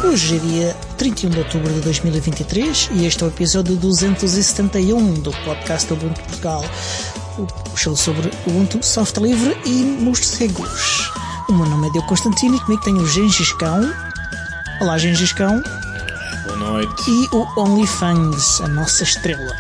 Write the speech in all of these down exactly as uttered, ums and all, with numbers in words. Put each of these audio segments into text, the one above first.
Hoje é dia trinta e um de outubro de dois mil e vinte e três e este é o episódio duzentos e setenta e um do podcast Ubuntu Portugal, o show sobre Ubuntu, software livre e morcegos. O meu nome é Diogo Constantino e comigo tenho o Gengis Kão. Olá, Gengis Kão. Boa noite. E o OnlyFans, a nossa estrela.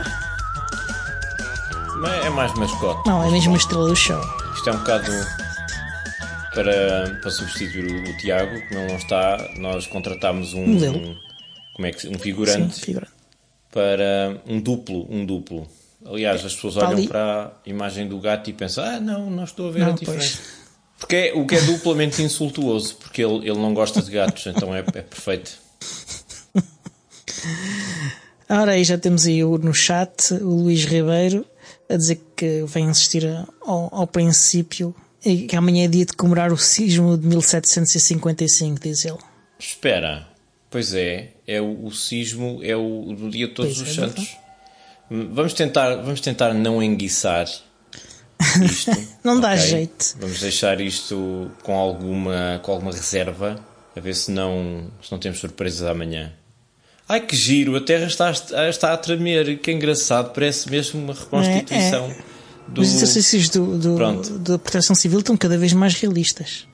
É mais mascote. Não, é mesmo a estrela do show. Isto é um bocado para, para substituir o, o Tiago, como ele não está, nós contratámos um, um, como é que, um figurante, Sim, figurante para um duplo, um duplo. Aliás, as pessoas olham ali para a imagem do gato e pensam, ah não, não estou a ver não, a diferença. Pois. Porque é, o que é duplamente insultuoso, porque ele, ele não gosta de gatos, então é, é perfeito. Ora, aí já temos aí no chat o Luís Ribeiro a dizer que vem assistir ao, ao princípio e que amanhã é dia de comemorar o sismo de mil setecentos e cinquenta e cinco, diz ele. Espera, pois é, é o, o sismo é o do dia de Todos Pois os é, Santos. Vamos tentar, vamos tentar não enguiçar isto. Não dá okay? jeito. Vamos deixar isto com alguma, com alguma reserva, a ver se não, se não temos surpresas amanhã. Ai que giro, a Terra está, está a tremer, que engraçado, parece mesmo uma reconstituição. É, é. Do... Os exercícios do, do, da Proteção Civil estão cada vez mais realistas.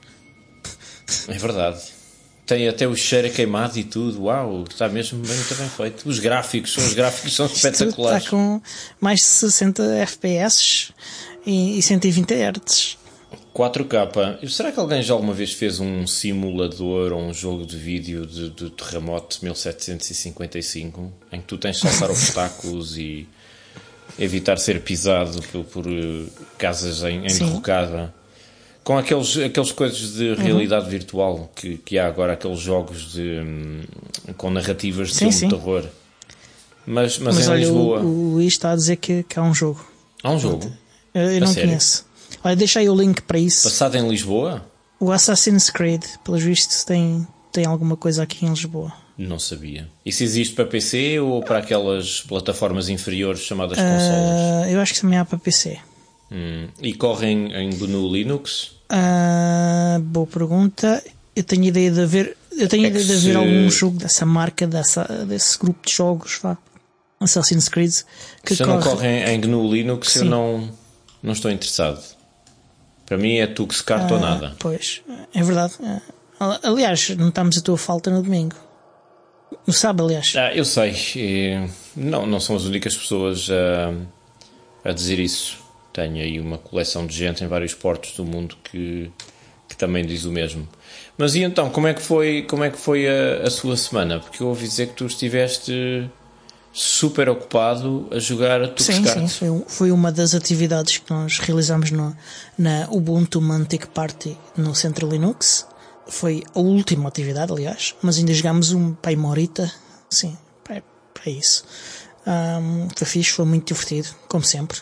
É verdade. Tem até o cheiro a queimado e tudo. Uau, está mesmo bem, muito bem feito. Os gráficos, os gráficos são espetaculares. Está com mais de sessenta F P S e, e cento e vinte hertz. quatro K. Será que alguém já alguma vez fez um simulador ou um jogo de vídeo de, de terremoto de mil setecentos e cinquenta e cinco em que tu tens de saltar obstáculos e evitar ser pisado por, por casas em, em derrocada, com aqueles, aqueles coisas de realidade uhum. virtual que, que há agora, aqueles jogos de, com narrativas de sim, filme sim. de terror. Mas, mas, mas em olha, Lisboa... o, o Luís está a dizer que, que há um jogo. Há um jogo? Eu, eu não sério? conheço. Olha, deixa aí o link para isso. Passado em Lisboa? O Assassin's Creed, pelos vistos, tem, tem alguma coisa aqui em Lisboa. Não sabia. Isso existe para P C ou para aquelas plataformas inferiores chamadas uh, consolas? Eu acho que também há para P C. Hum. E correm em G N U Linux? Uh, boa pergunta. Eu tenho ideia de haver, eu tenho é ideia de haver se... algum jogo dessa marca, dessa, desse grupo de jogos, vá. Assassin's Creed. Que se corre... não correm em G N U Linux, sim. eu não, não estou interessado. Para mim é Tux Kart uh, ou nada. Pois, é verdade. Aliás, notamos a tua falta no domingo. No sábado, aliás. Ah, eu sei. E não, não são as únicas pessoas a, a dizer isso. Tenho aí uma coleção de gente em vários portos do mundo que, que também diz o mesmo. Mas e então, como é que foi, como é que foi a, a sua semana? Porque eu ouvi dizer que tu estiveste super ocupado a jogar a Tux sim, Kart. Sim, foi, foi uma das atividades que nós realizámos no, na Ubuntu Mantic Party no Centro Linux. Foi a última atividade, aliás, mas ainda jogámos um pai morita, sim, para, para isso. Um, foi fixe, foi muito divertido, como sempre.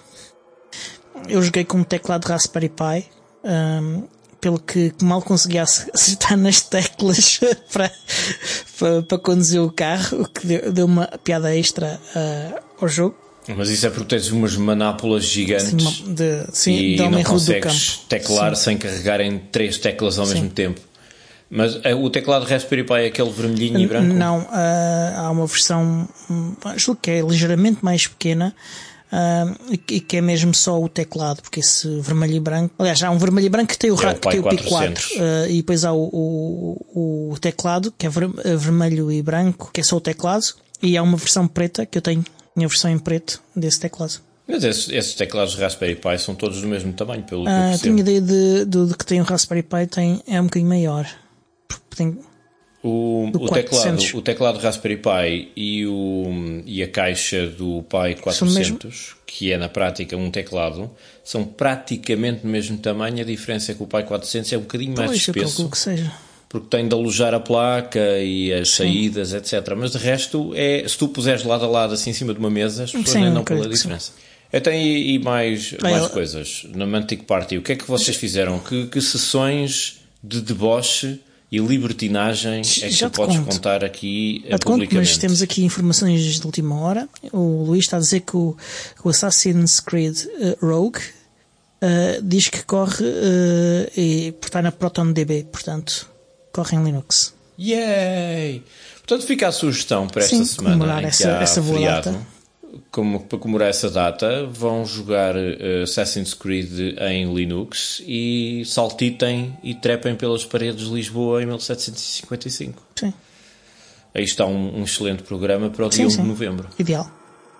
Eu joguei com um teclado Raspberry Pi, um, pelo que mal conseguia acertar nas teclas para, para, para conduzir o carro, o que deu, deu uma piada extra uh, ao jogo. Mas isso é porque tens umas manápolas gigantes sim, de, sim, e de não consegues do campo. teclar sim. sem carregar em três teclas ao sim. mesmo tempo. Mas uh, o teclado Raspberry Pi é aquele vermelhinho e branco? Não, uh, há uma versão, acho que é ligeiramente mais pequena, uh, e que é mesmo só o teclado, porque esse vermelho e branco, aliás, há um vermelho e branco que tem o, é que tem o P quatro, uh, e depois há o, o, o teclado, que é ver, vermelho e branco, que é só o teclado, e há uma versão preta, que eu tenho, a versão em preto desse teclado. Mas esses, esses teclados Raspberry Pi são todos do mesmo tamanho, pelo que uh, eu percebo. Tenho ideia de, de, de que tem o Raspberry Pi, tem, é um bocadinho maior. Tem o, o, teclado, o teclado Raspberry Pi e, o, e a caixa do Pi quatrocentos, que é na prática um teclado, são praticamente do mesmo tamanho. A diferença é que o Pi quatrocentos é um bocadinho mais pois, espesso, que seja. porque tem de alojar a placa e as sim. saídas, etcétera. Mas de resto, é, se tu puseres lado a lado assim em cima de uma mesa, as pessoas sim, nem dão pela diferença. Eu tenho e, e mais, Bem, mais eu... coisas. Na Mantic Party, o que é que vocês fizeram? Que, que sessões de deboche e libertinagem é que já tu podes conto. contar aqui já publicamente? Conto, mas temos aqui informações de última hora. O Luís está a dizer que o, o Assassin's Creed uh, Rogue uh, diz que corre uh, e está na ProtonDB, portanto corre em Linux. Yay! Portanto, fica a sugestão para esta Sim, semana comemorar em essa, que há essa boa feriado. data. Como, para comemorar essa data, vão jogar uh, Assassin's Creed em Linux e saltitem e trepem pelas paredes de Lisboa em mil setecentos e cinquenta e cinco. Sim. Aí está um, um excelente programa para o dia Sim, um sim. de novembro. Ideal.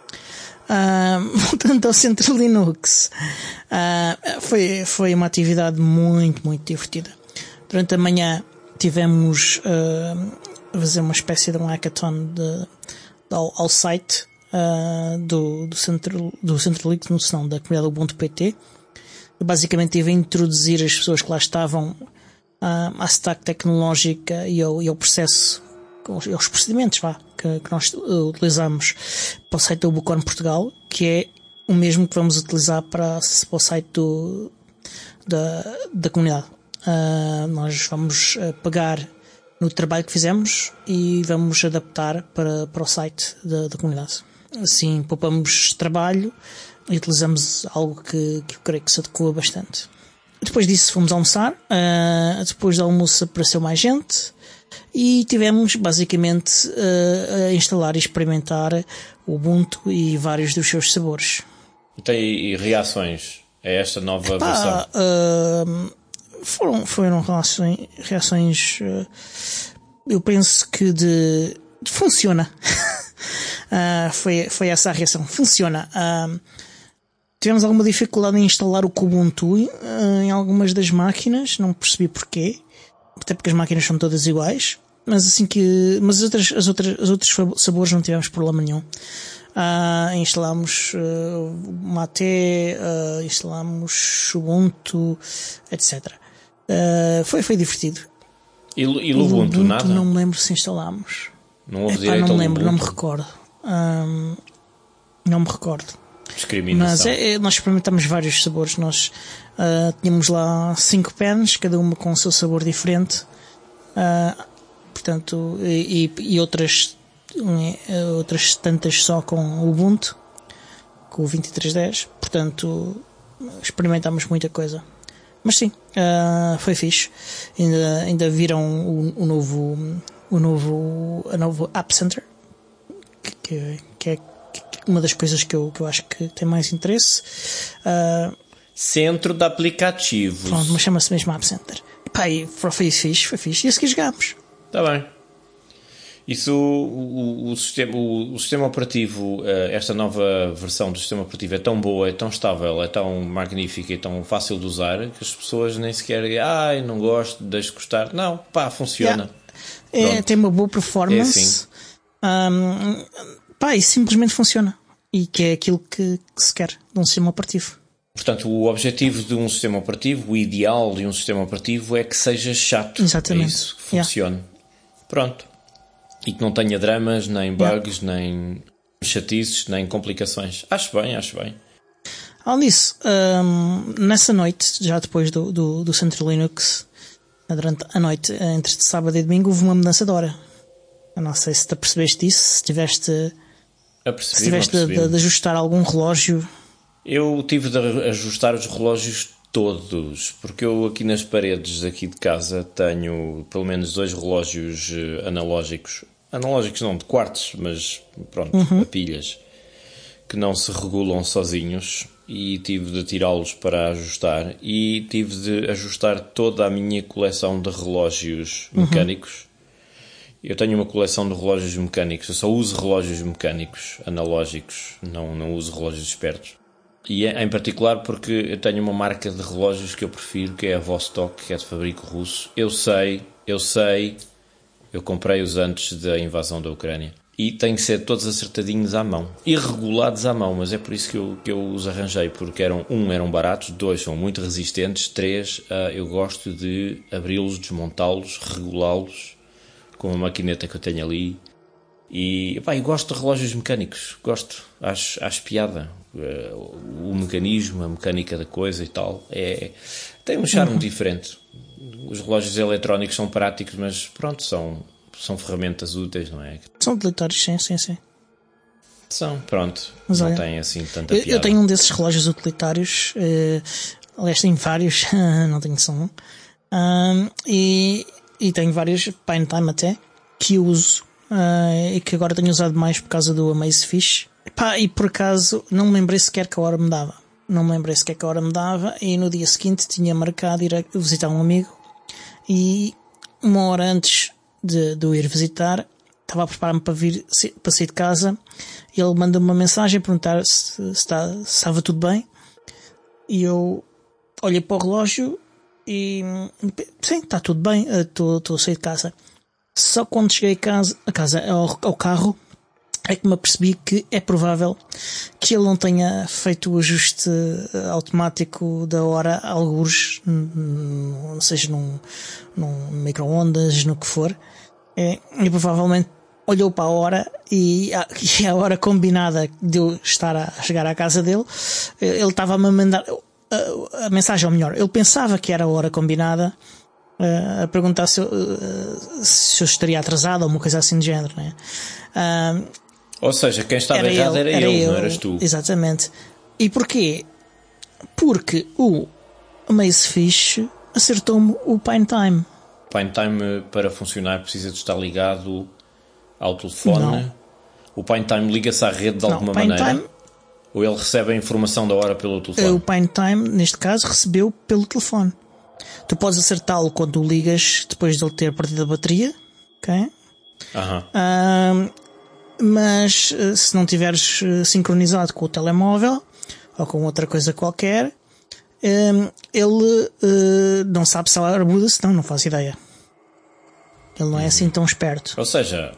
Uh, voltando ao Centro Linux, uh, foi, foi uma atividade muito, muito divertida. Durante a manhã tivemos uh, a fazer uma espécie de um hackathon de, de, ao, ao site uh, do, do, centro, do Centro Linux, no senão da comunidade Ubuntu P T. Eu basicamente tive a introduzir as pessoas que lá estavam uh, à stack tecnológica e ao, e ao processo, aos procedimentos vá, que, que nós utilizamos para o site do Ubucorn Portugal, que é o mesmo que vamos utilizar para, para o site do, da, da comunidade. Uh, nós vamos uh, pegar no trabalho que fizemos e vamos adaptar para, para o site da, da comunidade. Assim poupamos trabalho e utilizamos algo que, que eu creio que se adequa bastante. Depois disso fomos almoçar. Uh, depois do almoço apareceu mais gente e tivemos basicamente uh, a instalar e experimentar o Ubuntu e vários dos seus sabores. E tem reações a esta nova Epá, versão? Uh, foram, foram reações, reações uh, eu penso que de, de funciona. uh, foi, foi essa a reação. Funciona. Uh, tivemos alguma dificuldade em instalar o Kubuntu uh, em algumas das máquinas, não percebi porquê. Até porque as máquinas são todas iguais, mas assim que, mas as outras, as outras, os outros sabores não tivemos problema nenhum. Uh, instalámos uh, Mate, uh, instalámos Ubuntu, etcétera. Uh, foi, foi divertido. E, e o Ubuntu, nada? Não me lembro se instalámos. Não houve Epá, direito não ao me lembro, Ubuntu? não me recordo. Um, não me recordo. Discriminação. Mas é, é, nós experimentámos vários sabores. Nós uh, tínhamos lá cinco pens, cada uma com o seu sabor diferente. Uh, portanto, e, e outras, outras tantas só com o Ubuntu, com o vinte e três dez. Portanto, experimentámos muita coisa. Mas sim, uh, foi fixe. Ainda, ainda viram o, o novo, o novo, a novo App Center, que, que, que é uma das coisas que eu, que eu acho que tem mais interesse. Uh, Centro de aplicativos. Pronto, mas chama-se mesmo App Center. E pá, e foi fixe, foi fixe. E a seguir jogámos. Está bem. Isso, o, o, o, sistema, o, o sistema operativo, esta nova versão do sistema operativo é tão boa, é tão estável, é tão magnífica e tão fácil de usar que as pessoas nem sequer ai, não gosto, deixo de gostar. Não, pá, funciona. Yeah. É, tem uma boa performance. É assim. Um, pá, e simplesmente funciona. E que é aquilo que, que se quer de um sistema operativo. Portanto, o objetivo de um sistema operativo, o ideal de um sistema operativo é que seja chato. Exatamente. É isso, que funcione. Yeah. Pronto. E que não tenha dramas, nem bugs, yeah. nem chatices, nem complicações. Acho bem, acho bem. Além disso, um, nessa noite, já depois do, do, do Centro Linux, durante a noite, entre sábado e domingo, houve uma mudança de hora. Eu não sei se te apercebeste disso, se tiveste, apercebi, se tiveste de, de, de ajustar algum relógio. Eu tive de ajustar os relógios todos, porque eu aqui nas paredes aqui de casa tenho pelo menos dois relógios analógicos, analógicos não, de quartos, mas pronto, uhum. a pilhas, que não se regulam sozinhos e tive de tirá-los para ajustar e tive de ajustar toda a minha coleção de relógios uhum. mecânicos. Eu tenho uma coleção de relógios mecânicos, eu só uso relógios mecânicos, analógicos, não, não uso relógios espertos. E é, em particular porque eu tenho uma marca de relógios que eu prefiro, que é a Vostok, que é de fabrico russo. Eu sei, eu sei, eu comprei-os antes da invasão da Ucrânia. E têm que ser todos acertadinhos à mão, e regulados à mão, mas é por isso que eu, que eu os arranjei, porque eram, um, eram baratos, dois, são muito resistentes, três, uh, eu gosto de abri-los, desmontá-los, regulá-los com a maquineta que eu tenho ali. E pá, eu gosto de relógios mecânicos, gosto, acho, acho piada. O mecanismo, a mecânica da coisa e tal, é, tem um charme uhum. diferente. Os relógios eletrónicos são práticos, mas pronto, são, são ferramentas úteis, não é? São utilitários, sim, sim, sim. São, pronto, mas, não olha, tem assim tanta eu, piada. Eu tenho um desses relógios utilitários, uh, aliás tenho vários, não tenho só um, uh, e e tenho várias Pine Time até que uso uh, e que agora tenho usado mais por causa do Amazefish. Pá, e por acaso não me lembrei sequer que a hora me dava. Não me lembrei sequer que a hora me dava. E no dia seguinte tinha marcado ir a visitar um amigo. E uma hora antes de, de eu ir visitar, estava a preparar-me para vir para sair de casa. E ele manda-me uma mensagem a perguntar se, se, está, se estava tudo bem. E eu olhei para o relógio e sim, está tudo bem, estou a sair de casa. Só quando cheguei a casa, a casa ao, ao carro, é que me apercebi que é provável que ele não tenha feito o ajuste automático da hora a algures, seja num, num micro-ondas, no que for. É, e provavelmente olhou para a hora e a, e a hora combinada de eu estar a chegar à casa dele, ele estava-me a mandar a, a mensagem, ou melhor, ele pensava que era a hora combinada, a perguntar se eu, se eu estaria atrasado ou uma coisa assim de género, né? Uh, ou seja, quem estava era errado ele, era, era ele, ele, não eras tu. Exatamente. E porquê? Porque o Amazefish acertou-me o Pine Time. Pine Time, para funcionar, precisa de estar ligado ao telefone. Não. O Pine Time liga-se à rede de não, alguma maneira? Time, ou ele recebe a informação da hora pelo telefone? O Pine Time, neste caso, recebeu pelo telefone. Tu podes acertá-lo quando o ligas depois de ele ter perdido a bateria, ok? Uhum. Uh, mas se não tiveres sincronizado com o telemóvel ou com outra coisa qualquer, uh, ele uh, não sabe se a hora muda, senão não faz ideia. Ele não é uhum. assim tão esperto. Ou seja,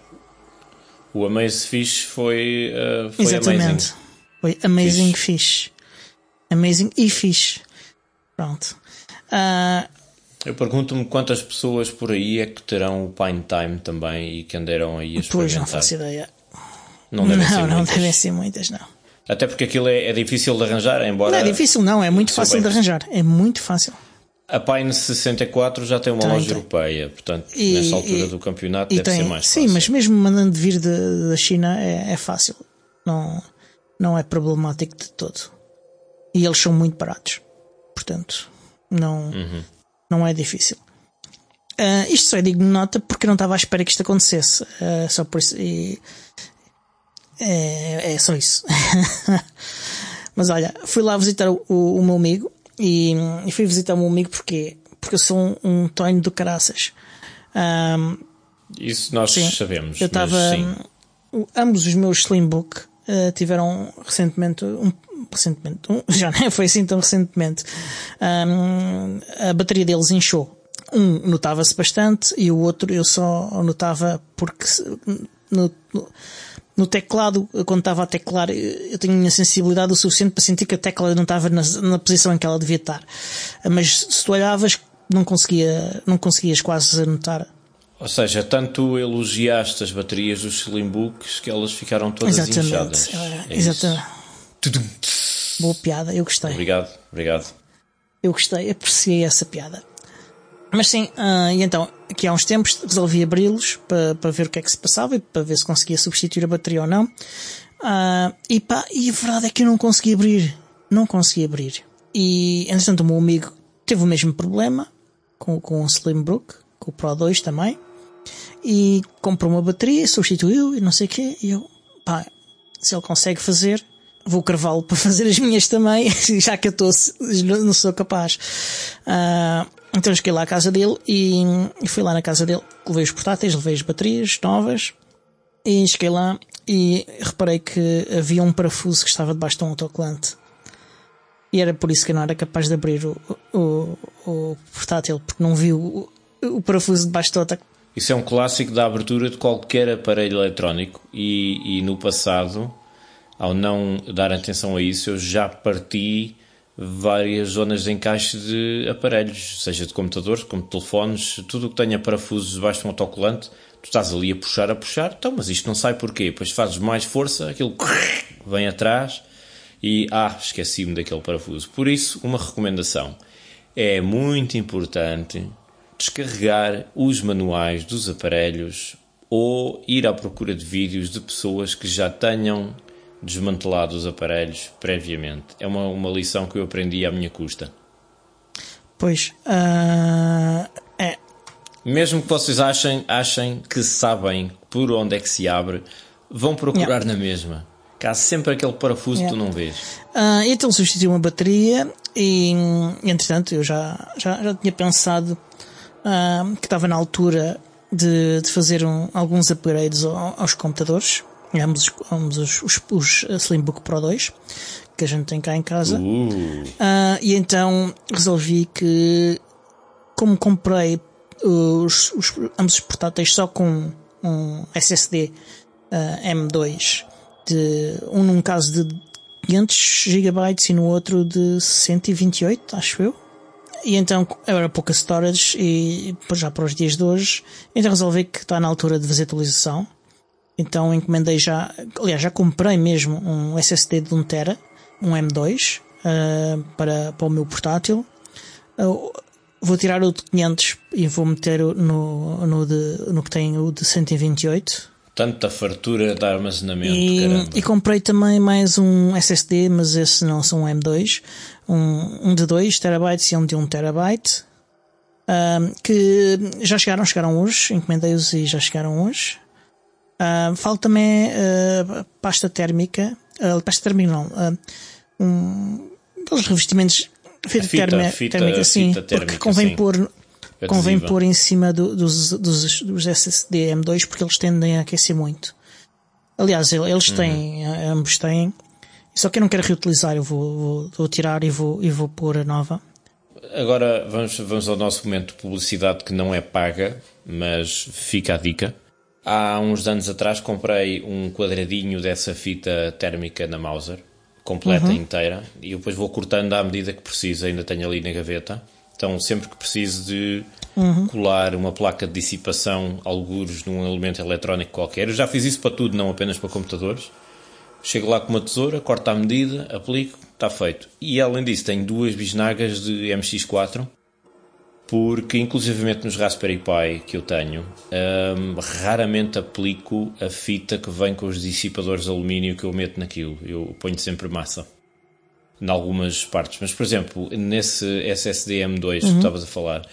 o Amazefish foi, uh, foi exatamente. Amazing. Foi Amazing Fish. Fish. Amazing e Fish. Pronto. Uh, Eu pergunto-me quantas pessoas por aí é que terão o Pine Time também e que andaram aí a experimentar. Pois, não faço ideia. Não devem não, ser não muitas. devem ser muitas, não. Até porque aquilo é, é difícil de arranjar, embora... Não é difícil, não. É muito fácil bem. de arranjar. É muito fácil. A Pine sessenta e quatro já tem uma tem, loja tem. europeia, portanto, e, nessa altura e, do campeonato deve tem, ser mais sim, fácil. Sim, mas mesmo mandando vir de, da China é, é fácil. Não, não é problemático de todo. E eles são muito baratos. Portanto, não... Uhum. Não é difícil. Uh, isto só é digno de nota porque eu não estava à espera que isto acontecesse. Uh, só por isso. E, é, é só isso. Mas olha, fui lá visitar o, o, o meu amigo. E, e fui visitar o meu amigo porque, porque eu sou um, um tonho do caraças. Um, isso nós sim, sabemos. Eu estava. Ambos os meus Slimbook uh, tiveram recentemente. Um, recentemente um, já não foi assim tão recentemente. Um, a bateria deles inchou. Um notava-se bastante e o outro eu só notava porque no, no, no teclado, quando estava a teclar, eu tinha sensibilidade o suficiente para sentir que a tecla não estava na, na posição em que ela devia estar. Mas se tu olhavas, não conseguia, não conseguias quase notar. Ou seja, tanto elogiaste as baterias dos Slimbooks que elas ficaram todas exatamente. inchadas. É exatamente. Boa piada, eu gostei. Obrigado, obrigado. Eu gostei, apreciei essa piada. Mas sim, uh, e então, aqui há uns tempos resolvi abri-los para, para ver o que é que se passava e para ver se conseguia substituir a bateria ou não. Uh, e pá, e a verdade é que eu não consegui abrir. Não consegui abrir. E, entretanto, o meu amigo teve o mesmo problema com, com o Slimbook, com o Pro dois também. E comprou uma bateria, substituiu e não sei o quê. E eu, pá, se ele consegue fazer, vou cravá-lo para fazer as minhas também, já que eu estou, não sou capaz. Uh, então cheguei lá à casa dele e, e fui lá na casa dele, levei os portáteis, levei as baterias novas e cheguei lá e reparei que havia um parafuso que estava debaixo de um autocolante. E era por isso que eu não era capaz de abrir o, o, o portátil, porque não vi o, o parafuso debaixo do autocolante. Isso é um clássico da abertura de qualquer aparelho eletrónico e, e no passado, ao não dar atenção a isso, eu já parti várias zonas de encaixe de aparelhos, seja de computadores, como de telefones, tudo o que tenha parafusos debaixo de um autocolante, tu estás ali a puxar, a puxar, então, mas isto não sai porquê? Depois fazes mais força, aquilo vem atrás e, ah, esqueci-me daquele parafuso. Por isso, uma recomendação, é muito importante descarregar os manuais dos aparelhos ou ir à procura de vídeos de pessoas que já tenham desmantelado os aparelhos previamente. É uma, uma lição que eu aprendi à minha custa. Pois, uh, é, Mesmo que vocês achem, achem que sabem por onde é que se abre, vão procurar yeah. na mesma. Que há sempre aquele parafuso yeah. que tu não vês. Uh, então substituiu uma bateria e, entretanto, eu já, já, já tinha pensado uh, que estava na altura de, de fazer um, alguns upgrades aos computadores. Ambos, ambos os, os, os Slimbook Pro dois que a gente tem cá em casa. Uh. Uh, e então resolvi que, como comprei os, os, ambos os portáteis só com um S S D uh, M dois, de, um num caso de quinhentos gigabytes e no outro de cento e vinte e oito, acho eu. E então era pouca storage e já para os dias de hoje, então resolvi que está na altura de fazer atualização. Então encomendei já, aliás já comprei mesmo um S S D de um tera, um M dois, uh, para, para o meu portátil. Uh, vou tirar o de quinhentos e vou meter no, no, de, no que tem o de cento e vinte e oito. Tanta fartura de armazenamento, e, caramba. E comprei também mais um S S D, mas esse não são um M dois, um, um de dois terabytes e um de um terabyte, uh, que já chegaram, chegaram hoje, encomendei-os e já chegaram hoje. Uh, Falta-me uh, pasta térmica, uh, pasta térmica não, uh, um, aqueles revestimentos fita, fita, térmica, fita, térmica, sim, fita térmica, porque convém sim. pôr, convém pôr em cima do, dos, dos, dos S S D M dois porque eles tendem a aquecer muito. Aliás, eles têm, uhum. ambos têm, só que eu não quero reutilizar, eu vou, vou, vou tirar e vou, e vou pôr a nova. Agora vamos, vamos ao nosso momento de publicidade que não é paga, mas fica a dica. Há uns anos atrás comprei um quadradinho dessa fita térmica na Mauser, completa uhum. inteira, e eu depois vou cortando à medida que preciso, ainda tenho ali na gaveta. Então sempre que preciso de uhum. colar uma placa de dissipação, algures num elemento eletrónico qualquer, eu já fiz isso para tudo, não apenas para computadores. Chego lá com uma tesoura, corto à medida, aplico, está feito. E além disso tenho duas bisnagas de M X quatro, porque inclusivamente nos Raspberry Pi que eu tenho, hum, raramente aplico a fita que vem com os dissipadores de alumínio que eu meto naquilo. Eu ponho sempre massa em algumas partes. Mas, por exemplo, nesse S S D M dois uhum. que tu estavas a falar,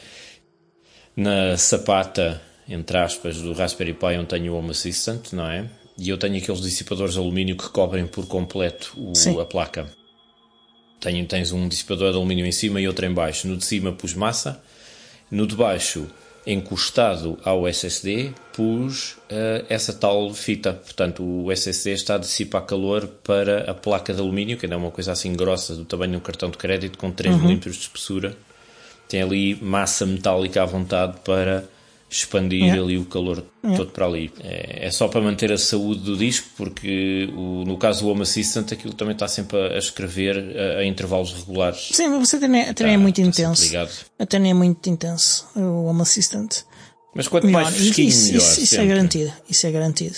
na sapata, entre aspas, do Raspberry Pi onde tenho o Home Assistant, não é? E eu tenho aqueles dissipadores de alumínio que cobrem por completo o, a placa. Tenho, tens um dissipador de alumínio em cima e outro em baixo. No de cima pus massa. No de baixo, encostado ao S S D, pus uh, essa tal fita. Portanto, o S S D está a dissipar calor para a placa de alumínio, que ainda é uma coisa assim grossa, do tamanho de um cartão de crédito, com três milímetros de espessura. Tem ali massa metálica à vontade para expandir yeah. ali o calor yeah. todo para ali. É, é só para manter a saúde do disco, porque o, no caso do Home Assistant aquilo também está sempre a, a escrever a, a intervalos regulares. Sim, você até, até tá, é muito intenso. Até nem é muito intenso o Home Assistant. Mas quanto melhor. mais fresquinho, isso, melhor. Isso, isso é garantido. Isso é garantido.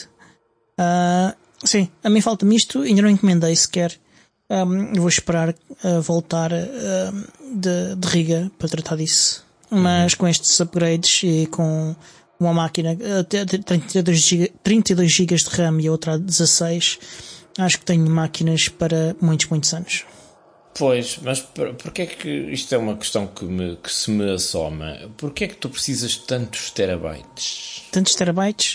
Uh, sim, a mim falta-me isto, ainda não encomendei sequer. Um, vou esperar uh, voltar uh, de, de Riga para tratar disso. Mas com estes upgrades e com uma máquina trinta e dois gigas de RAM e a outra dezasseis, acho que tenho máquinas para muitos, muitos anos. Pois, mas porquê é que isto é uma questão que, me, que se me assoma? Porquê é que tu precisas de tantos terabytes? Tantos terabytes?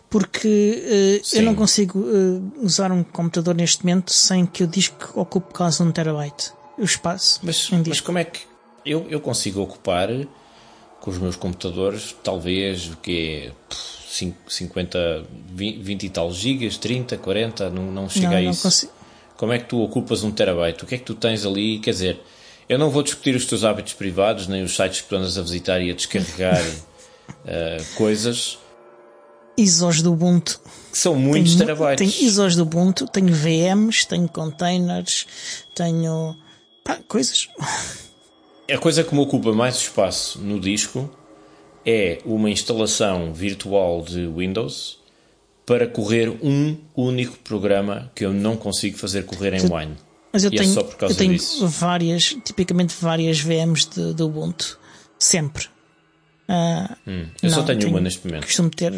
Porque uh, eu não consigo uh, usar um computador neste momento sem que o disco ocupe quase um terabyte. O espaço. Mas, mas como é que eu, eu consigo ocupar com os meus computadores, talvez, o que é cinquenta, vinte e tal gigas, trinta, quarenta, não, não chega não, a isso. Consigo. Como é que tu ocupas um terabyte? O que é que tu tens ali? Quer dizer, eu não vou discutir os teus hábitos privados, nem os sites que tu andas a visitar e a descarregar uh, coisas. I S Os do Ubuntu. Que são muitos tenho, terabytes. Tenho I S Os do Ubuntu, tenho V Ms, tenho containers, tenho pá, coisas. A coisa que me ocupa mais espaço no disco é uma instalação virtual de Windows para correr um único programa que eu não consigo fazer correr em Wine. Mas eu e tenho, é só por causa eu tenho disso. várias, tipicamente várias V Ms de, de Ubuntu. Sempre. Uh, hum, eu não, só tenho, tenho uma neste momento. Costumo ter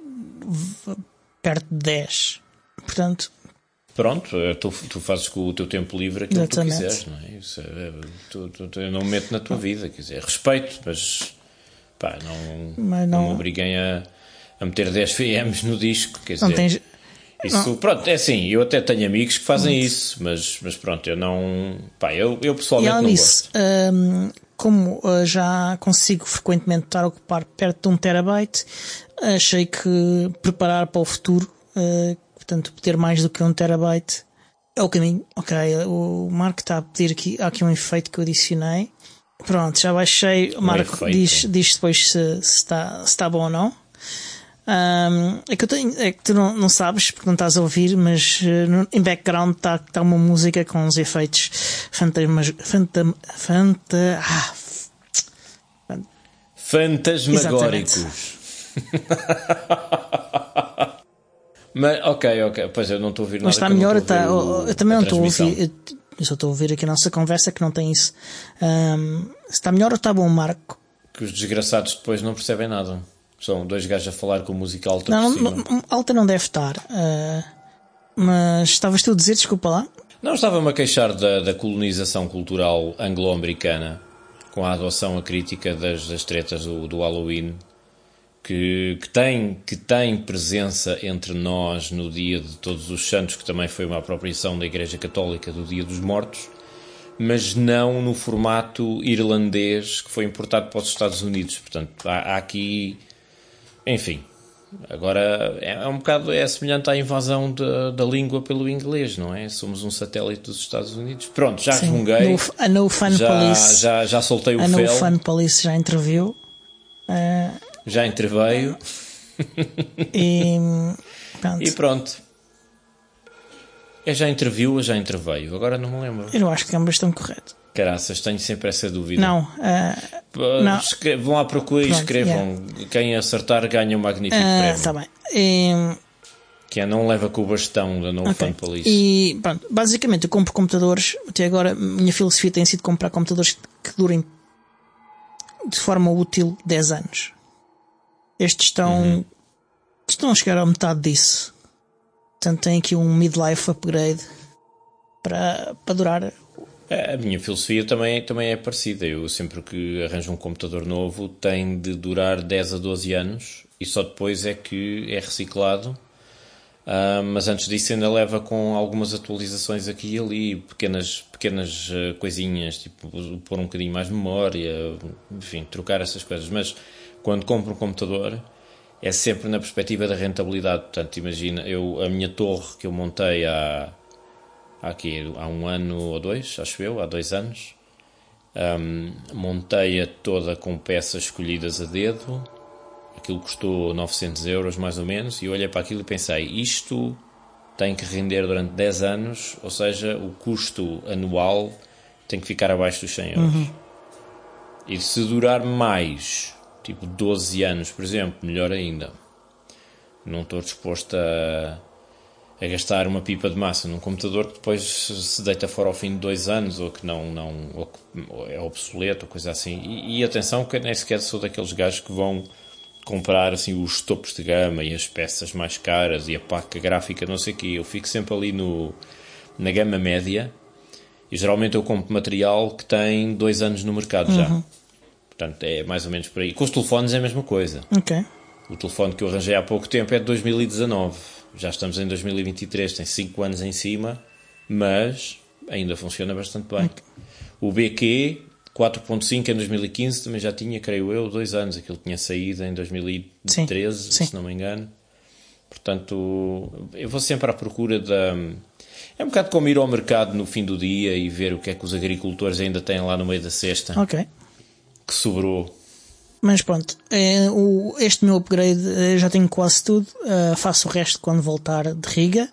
perto de dez. Portanto... Pronto, tu, tu fazes com o teu tempo livre aquilo que tu quiseres, não é? Isso é tu, tu, eu não me meto na tua vida, quer dizer, respeito, mas pá, não, Mas não... não me obriguem a, a meter dez V Ms no disco, quer dizer... Não tens... Isso, não. Pronto, é assim, eu até tenho amigos que fazem pronto. isso, mas, mas pronto, eu não... Pá, eu, eu pessoalmente não nisso, gosto. Um, como uh, já consigo frequentemente estar a ocupar perto de um terabyte, achei que preparar para o futuro, uh, portanto, ter mais do que um terabyte é o caminho. Ok, o Marco está a pedir aqui, há aqui um efeito que eu adicionei. Pronto, já baixei. O Marco um diz, diz depois se, se, está, se está bom ou não. Um, é que eu tenho, é que tu não, não sabes porque não estás a ouvir, mas uh, no, em background está tá uma música com uns efeitos fantasmas, fantam, fanta, ah, fantasmagóricos. Mas ok, ok, pois eu não estou a ouvir nada. Mas está melhor, está, o, eu, eu também não estou a ouvir. Eu, eu só estou a ouvir aqui a nossa conversa que não tem isso. Um, está melhor ou está bom, Marco? Que os desgraçados depois não percebem nada. São dois gajos a falar com música alta. Não, por cima. não, alta não deve estar. Uh, mas estavas tu a dizer, desculpa lá? Não, estava-me a queixar da, da colonização cultural anglo-americana com a adoção a crítica das, das tretas do, do Halloween, que, que, tem, que tem presença entre nós no dia de Todos os Santos, que também foi uma apropriação da Igreja Católica do Dia dos Mortos, mas não no formato irlandês que foi importado para os Estados Unidos. Portanto, há, há aqui... Enfim, agora é um bocado é semelhante à invasão de, da língua pelo inglês, não é? Somos um satélite dos Estados Unidos. Pronto, já resmunguei. No, a No Fun já, Police. Já, já soltei o a fel. A No Fun Police já interviu. Uh, já interveio. E pronto. E pronto. É já interviu ou já interveio? Agora não me lembro. Eu acho que ambas estão corretas. Caraças, tenho sempre essa dúvida. Não. Uh, não. Escre- vão à procura e escrevam. Yeah. Quem acertar ganha um magnífico uh, prémio. Está bem. E... Que é não leva com o bastão da No okay. Fun Police. E pronto, basicamente eu compro computadores. Até agora a minha filosofia tem sido comprar computadores que durem de forma útil dez anos. Estes estão, uhum. estão a chegar à metade disso. Portanto tem aqui um midlife upgrade para, para durar. A minha filosofia também, também é parecida. Eu sempre que arranjo um computador novo tem de durar dez a doze anos e só depois é que é reciclado. Uh, mas antes disso ainda leva com algumas atualizações aqui e ali, pequenas, pequenas uh, coisinhas, tipo pôr um bocadinho mais de memória, enfim, trocar essas coisas. Mas quando compro um computador é sempre na perspectiva da rentabilidade. Portanto, imagina, eu, a minha torre que eu montei há, há, aqui, há um ano ou dois, acho eu, há dois anos, um, montei-a toda com peças escolhidas a dedo. Aquilo custou novecentos euros mais ou menos, e eu olhei para aquilo e pensei, isto tem que render durante dez anos, ou seja, o custo anual tem que ficar abaixo dos cem euros. Uhum. E se durar mais, tipo doze anos, por exemplo, melhor ainda. Não estou disposto a, a gastar uma pipa de massa num computador que depois se deita fora ao fim de dois anos, ou que não, não ou que é obsoleto, ou coisa assim. E, e atenção que eu nem sequer sou daqueles gajos que vão comprar assim os topos de gama e as peças mais caras e a placa gráfica, não sei o quê. Eu fico sempre ali no, na gama média e geralmente eu compro material que tem dois anos no mercado uhum. já. Portanto, é mais ou menos por aí. Com os telefones é a mesma coisa. Okay. O telefone que eu arranjei há pouco tempo é de dois mil e dezanove. Já estamos em dois mil e vinte e três, tem cinco anos em cima, mas ainda funciona bastante bem. Okay. O B Q quatro ponto cinco em dois mil e quinze também já tinha, creio eu, dois anos. Aquilo tinha saído em dois mil e treze, sim, sim. se não me engano. Portanto, eu vou sempre à procura da... É um bocado como ir ao mercado no fim do dia e ver o que é que os agricultores ainda têm lá no meio da cesta. Ok. Que sobrou. Mas pronto, é, o, este meu upgrade já tenho quase tudo. Uh, faço o resto quando voltar de Riga.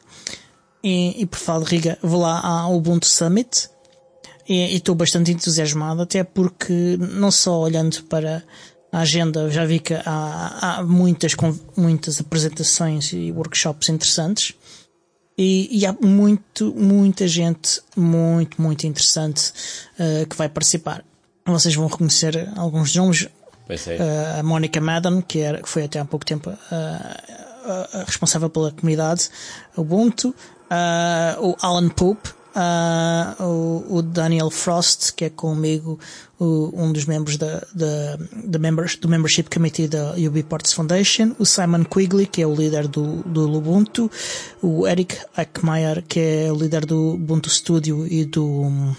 E, e por falar de Riga, vou lá ao Ubuntu Summit. E estou bastante entusiasmado, até porque não só olhando para a agenda, já vi que há, há muitas, muitas apresentações e workshops interessantes e, e há muito, muita gente muito, muito interessante uh, que vai participar. Vocês vão reconhecer alguns nomes. Uh, a Monica Madden, que, era, que foi até há pouco tempo uh, uh, uh, responsável pela comunidade Ubuntu, uh, o Alan Pope, uh, o, o Daniel Frost, que é comigo o, um dos membros da, da, da members, do Membership Committee da UbiPorts Foundation, o Simon Quigley, que é o líder do, do Ubuntu, o Eric Eichmeier, que é o líder do Ubuntu Studio e do um,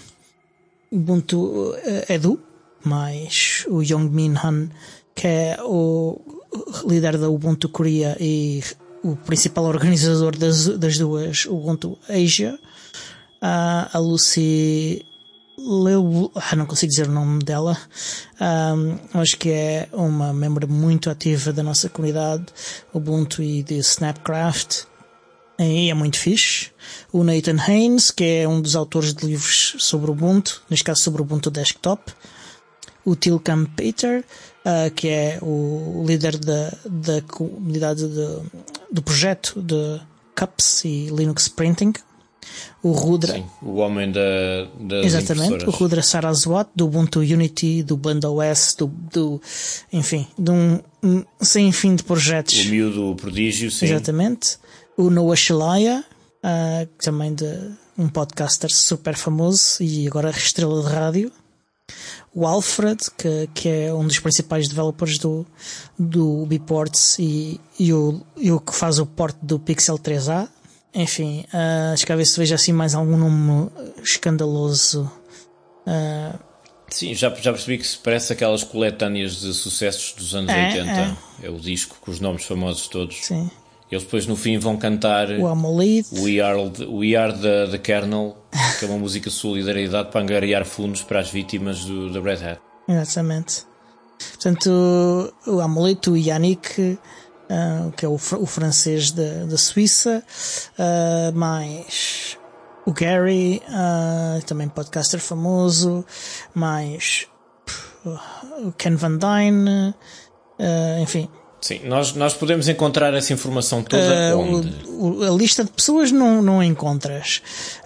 Ubuntu Edu, mais o Young-Min Han, que é o líder da Ubuntu Korea e o principal organizador das, das duas Ubuntu Asia, uh, a Lucy Leu, ah, não consigo dizer o nome dela, um, mas que é uma membro muito ativa da nossa comunidade Ubuntu e de Snapcraft, e é muito fixe. O Nathan Haynes, que é um dos autores de livros sobre Ubuntu, neste caso sobre Ubuntu Desktop. O Tilcam Peter, uh, que é o líder da, da comunidade de, do projeto de Cups e Linux Printing. O Rudra. Sim, o homem da, das exatamente, o Rudra Saraswat, do Ubuntu Unity, do BandOS, do, do, enfim, de um, um sem fim de projetos. O miúdo prodígio, sim. Exatamente. O Noah Shalaya, uh, também de um podcaster super famoso e agora estrela de rádio. O Alfred, que, que é um dos principais developers do, do UbiPorts e, e, o, e o que faz o port do Pixel três A. Enfim, uh, acho que a ver se vejo assim mais algum nome escandaloso. Uh, Sim, já, já percebi que se parece aquelas coletâneas de sucessos dos anos é, oitenta. É. É o disco com os nomes famosos todos. Sim. Eles depois no fim vão cantar o Amolid. We Are, We Are the, the Kernel, que é uma música de solidariedade para angariar fundos para as vítimas do, da Red Hat. Exatamente. Portanto, o, o Amolid, o Yannick, uh, que é o, o francês da, da Suíça, uh, mais o Gary, uh, também podcaster famoso, mais uh, o Ken Van Dyne, uh, enfim. Sim, nós, nós podemos encontrar essa informação toda uh, onde? O, o, a lista de pessoas não, não encontras.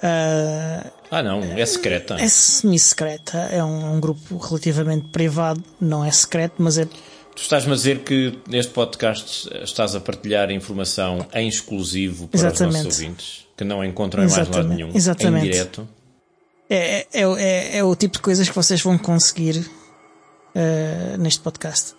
Uh, ah não, é secreta. É semi-secreta, é um, um grupo relativamente privado, não é secreto, mas é... Tu estás-me a dizer que neste podcast estás a partilhar informação em exclusivo para exatamente. Os nossos ouvintes, que não encontram em mais lado nenhum, exatamente. em direto. É, é, é, é o tipo de coisas que vocês vão conseguir uh, neste podcast.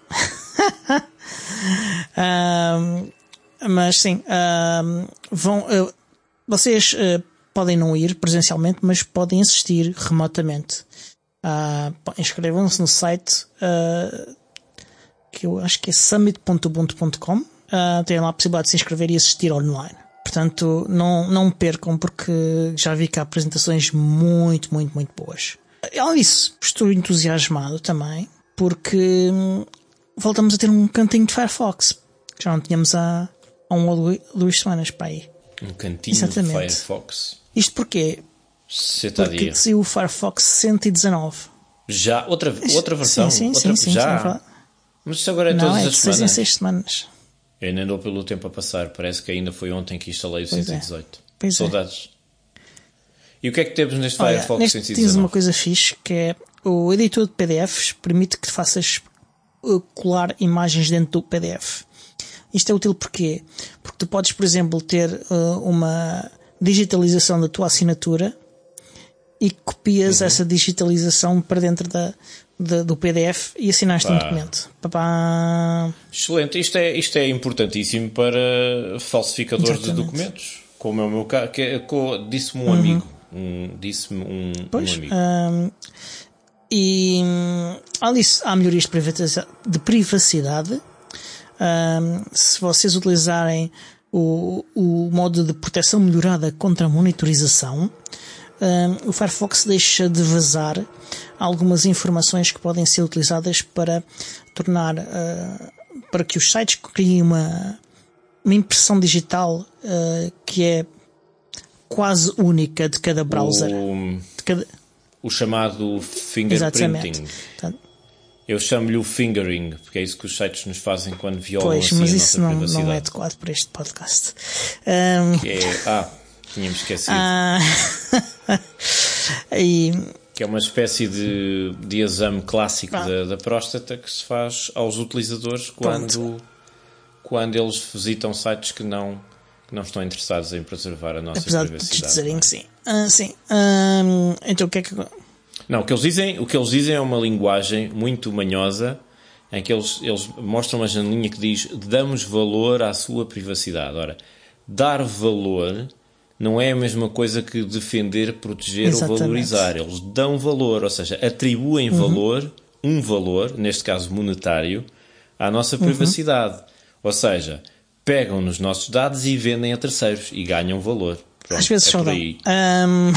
um, mas sim, um, vão, uh, vocês uh, podem não ir presencialmente, mas podem assistir remotamente. Uh, inscrevam-se no site uh, que eu acho que é summit ponto ubuntu ponto com. Uh, têm lá a possibilidade de se inscrever e assistir online. Portanto, não, não percam, porque já vi cá apresentações muito, muito, muito boas. Além disso, estou entusiasmado também, porque hum, voltamos a ter um cantinho de Firefox, que já não tínhamos há, há uma ou duas semanas para aí. Um cantinho exatamente. De Firefox. Isto porquê? Porque saiu o Firefox cento e dezanove. Já? Outra, outra versão? Sim, sim, outra, sim, sim, já? sim. Mas isso agora é não, todas é as de semanas? seis em seis semanas. Eu ainda andou pelo tempo a passar. Parece que ainda foi ontem que instalei o pois cento e dezoito. É. Pois Saudades. É. E o que é que temos neste Olha, Firefox neste cento e dezanove? Tens uma coisa fixe, que é o editor de P D Fs permite que faças colar imagens dentro do P D F. Isto é útil porquê? Porque tu podes, por exemplo, ter uh, uma digitalização da tua assinatura e copias uhum. essa digitalização para dentro da, da, do P D F e assinaste Pá. um documento. Papá. Excelente. Isto é, isto é importantíssimo para falsificadores Exatamente. de documentos, como é o meu caso. Que é, disse-me um uhum. amigo. Um, disse-me um, pois, um amigo. Um, e além disso, há melhorias de privacidade. Um, se vocês utilizarem o, o modo de proteção melhorada contra a monitorização, um, o Firefox deixa de vazar algumas informações que podem ser utilizadas para tornar uh, para que os sites criem uma, uma impressão digital uh, que é quase única de cada browser. O, de cada... o chamado fingerprinting. Eu chamo-lhe o fingering, porque é isso que os sites nos fazem quando violam pois, assim mas a isso nossa não, privacidade. não é adequado para este podcast. Um... Que é, ah, tínhamos esquecido. Ah... e... Que é uma espécie de, de exame clássico ah. da, da próstata que se faz aos utilizadores quando, quando eles visitam sites que não que não estão interessados em preservar a nossa Apesar privacidade. de dizerem não é? que sim. Ah, sim. Ah, então o que é que... Não, o que eles dizem, o que eles dizem é uma linguagem muito manhosa, em que eles, eles mostram uma janelinha que diz: damos valor à sua privacidade. Ora, dar valor não é a mesma coisa que defender, proteger Exatamente. ou valorizar. Eles dão valor, ou seja, atribuem Uhum. valor, um valor, neste caso monetário, à nossa privacidade. Uhum. Ou seja, pegam nos nossos dados e vendem a terceiros e ganham valor. Pronto, Às vezes é só por dão. aí. Um,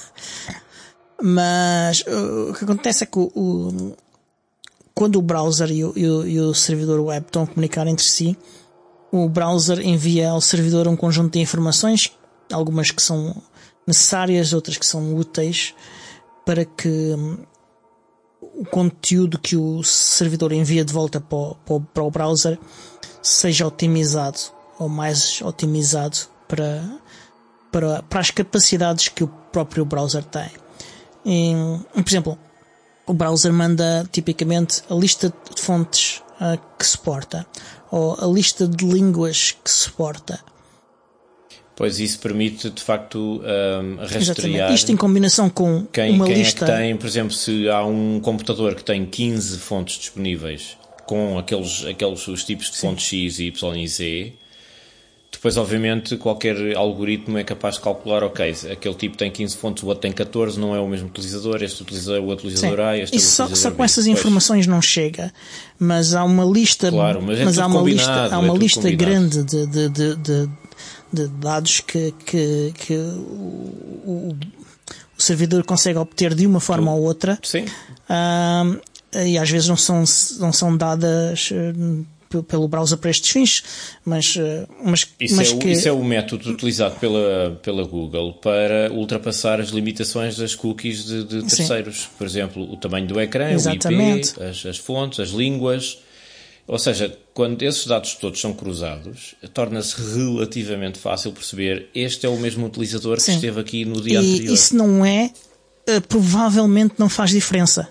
mas uh, o que acontece é que o, o, quando o browser e o, e, o, e o servidor web estão a comunicar entre si, o browser envia ao servidor um conjunto de informações, algumas que são necessárias, outras que são úteis, para que um, o conteúdo que o servidor envia de volta para o, para o, para o browser seja otimizado, ou mais otimizado para, para, para as capacidades que o próprio browser tem. E, por exemplo, o browser manda tipicamente a lista de fontes uh, que suporta, ou a lista de línguas que suporta. Pois isso permite, de facto, um, rastrear. Exatamente. Isto em combinação com quem, uma quem lista. É que tem, por exemplo, se há um computador que tem quinze fontes disponíveis com aqueles, aqueles os tipos de fontes X, Y e Z, depois, obviamente, qualquer algoritmo é capaz de calcular, ok, aquele tipo tem quinze fontes, o outro tem catorze, não é o mesmo utilizador, este utilizador é o utilizador Sim. A, este Isso é o utilizador só, só B. com essas Pois. informações não chega, mas há uma lista, Claro, mas é mas há tudo uma lista, combinado, há é uma tudo lista combinado. grande de, de, de, de, de dados que, que, que o, o, o servidor consegue obter de uma forma Tu- ou outra. Sim. Ah, e às vezes não são, não são dadas uh, pelo browser para estes fins, mas, uh, mas, Isso, mas é o, que... isso é o método utilizado pela, pela Google para ultrapassar as limitações das cookies de, de terceiros. Sim. Por exemplo, o tamanho do ecrã, Exatamente. o I P, as, as fontes, as línguas. Ou seja, quando esses dados todos são cruzados, torna-se relativamente fácil perceber este é o mesmo utilizador Sim. que esteve aqui no dia e, anterior. E se não é, uh, provavelmente não faz diferença.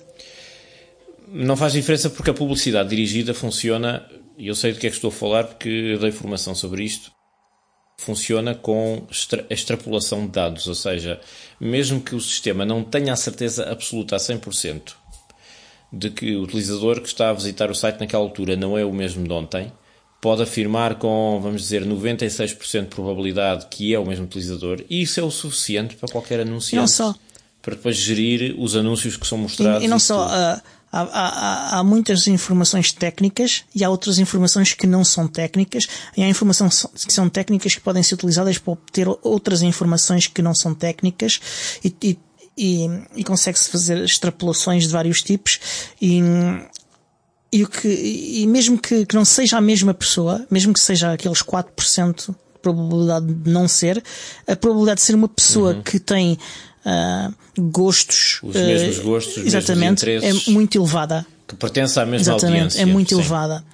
Não faz diferença porque a publicidade dirigida funciona, e eu sei do que é que estou a falar porque eu dei formação sobre isto, funciona com extra, extrapolação de dados, ou seja, mesmo que o sistema não tenha a certeza absoluta a cem por cento de que o utilizador que está a visitar o site naquela altura não é o mesmo de ontem, pode afirmar com, vamos dizer, noventa e seis por cento de probabilidade que é o mesmo utilizador, e isso é o suficiente para qualquer anunciante. Não só. Para depois gerir os anúncios que são mostrados. E, e não só, uh, há, há, há muitas informações técnicas e há outras informações que não são técnicas, e há informações que são técnicas que podem ser utilizadas para obter outras informações que não são técnicas, e, e, e, e consegue-se fazer extrapolações de vários tipos, e, e, o que, e mesmo que, que não seja a mesma pessoa, mesmo que seja aqueles quatro por cento de probabilidade de não ser, a probabilidade de ser uma pessoa uhum. que tem Uh, gostos, os mesmos gostos, os exatamente, mesmos interesses, é muito elevada, que pertence à mesma exatamente, audiência. é muito sim. elevada.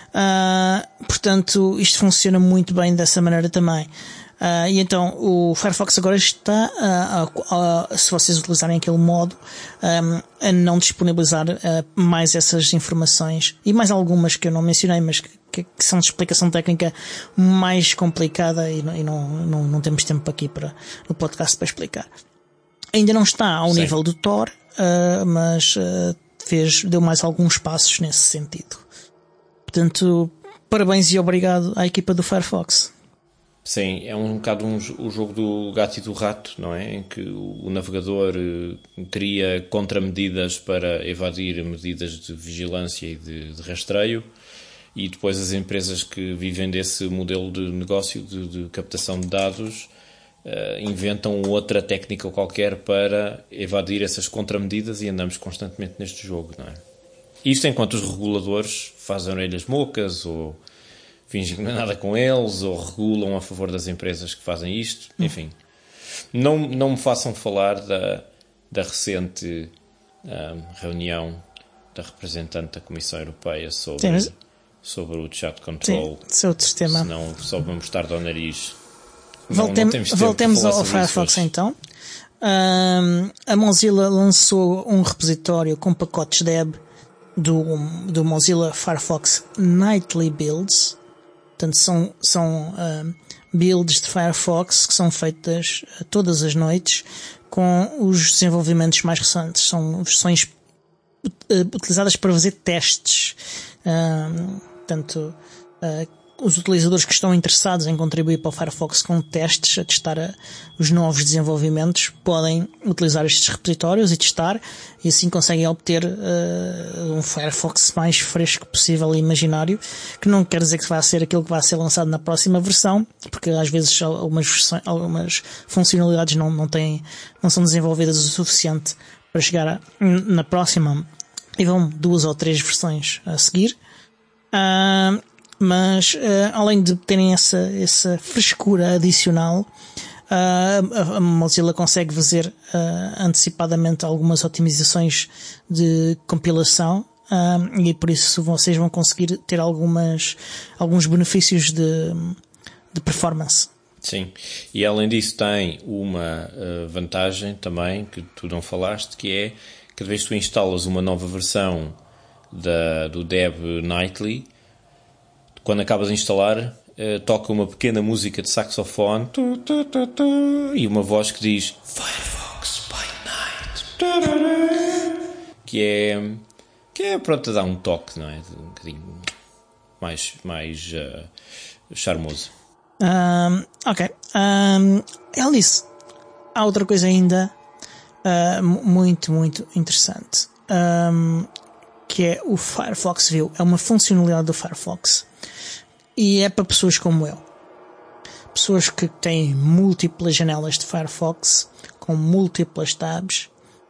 Uh, portanto, isto funciona muito bem dessa maneira também. Uh, e então o Firefox agora está, uh, uh, uh, se vocês utilizarem aquele modo, um, a não disponibilizar uh, mais essas informações e mais algumas que eu não mencionei, mas que, que, que são de explicação técnica mais complicada, e, não, e não, não, não temos tempo aqui para, no podcast para explicar. Ainda não está ao Sim. nível do Tor, uh, mas uh, fez, deu mais alguns passos nesse sentido. Portanto, parabéns e obrigado à equipa do Firefox. Sim, é um bocado um, o jogo do gato e do rato, não é? Em que o, o navegador uh, cria contramedidas para evadir medidas de vigilância e de, de rastreio, e depois as empresas que vivem desse modelo de negócio de, de captação de dados Uh, inventam outra técnica qualquer para evadir essas contramedidas, e andamos constantemente neste jogo, não é? Isto enquanto os reguladores fazem orelhas mocas, ou fingem que não é nada com eles, ou regulam a favor das empresas que fazem isto, hum. enfim. Não, não me façam falar da, da recente um, reunião da representante da Comissão Europeia sobre, Sim, mas... sobre o chat control. Sim, seu sistema. Senão só me mostrar ao nariz. Voltem, não, voltemos ao Firefox então. Um, a Mozilla lançou um repositório com pacotes deb do, do Mozilla Firefox Nightly Builds. Portanto, são, são um, builds de Firefox que são feitas todas as noites com os desenvolvimentos mais recentes. São versões utilizadas para fazer testes. Uh, portanto, uh, os utilizadores que estão interessados em contribuir para o Firefox com testes, a testar a, os novos desenvolvimentos, podem utilizar estes repositórios e testar, e assim conseguem obter uh, um Firefox mais fresco possível e imaginário, que não quer dizer que vai ser aquilo que vai ser lançado na próxima versão, porque às vezes algumas, versões, algumas funcionalidades não, não, têm, não são desenvolvidas o suficiente para chegar a, na próxima, e vão duas ou três versões a seguir. Uh, Mas, uh, além de terem essa, essa frescura adicional, uh, a Mozilla consegue fazer uh, antecipadamente algumas otimizações de compilação, uh, e por isso vocês vão conseguir ter algumas, alguns benefícios de, de performance. Sim, e além disso tem uma uh, vantagem também, que tu não falaste, que é cada vez que tu instalas uma nova versão da, do Dev Nightly, quando acabas de instalar, uh, toca uma pequena música de saxofone tu, tu, tu, tu, e uma voz que diz Firefox by Night, tu, tu, tu, que é que é pronto a dar um toque, não é? Um bocadinho mais, mais uh, charmoso. Um, ok. Um, ele disse, há outra coisa ainda uh, muito, muito interessante, um, que é o Firefox View. É uma funcionalidade do Firefox. E é para pessoas como eu. Pessoas que têm múltiplas janelas de Firefox, com múltiplas tabs.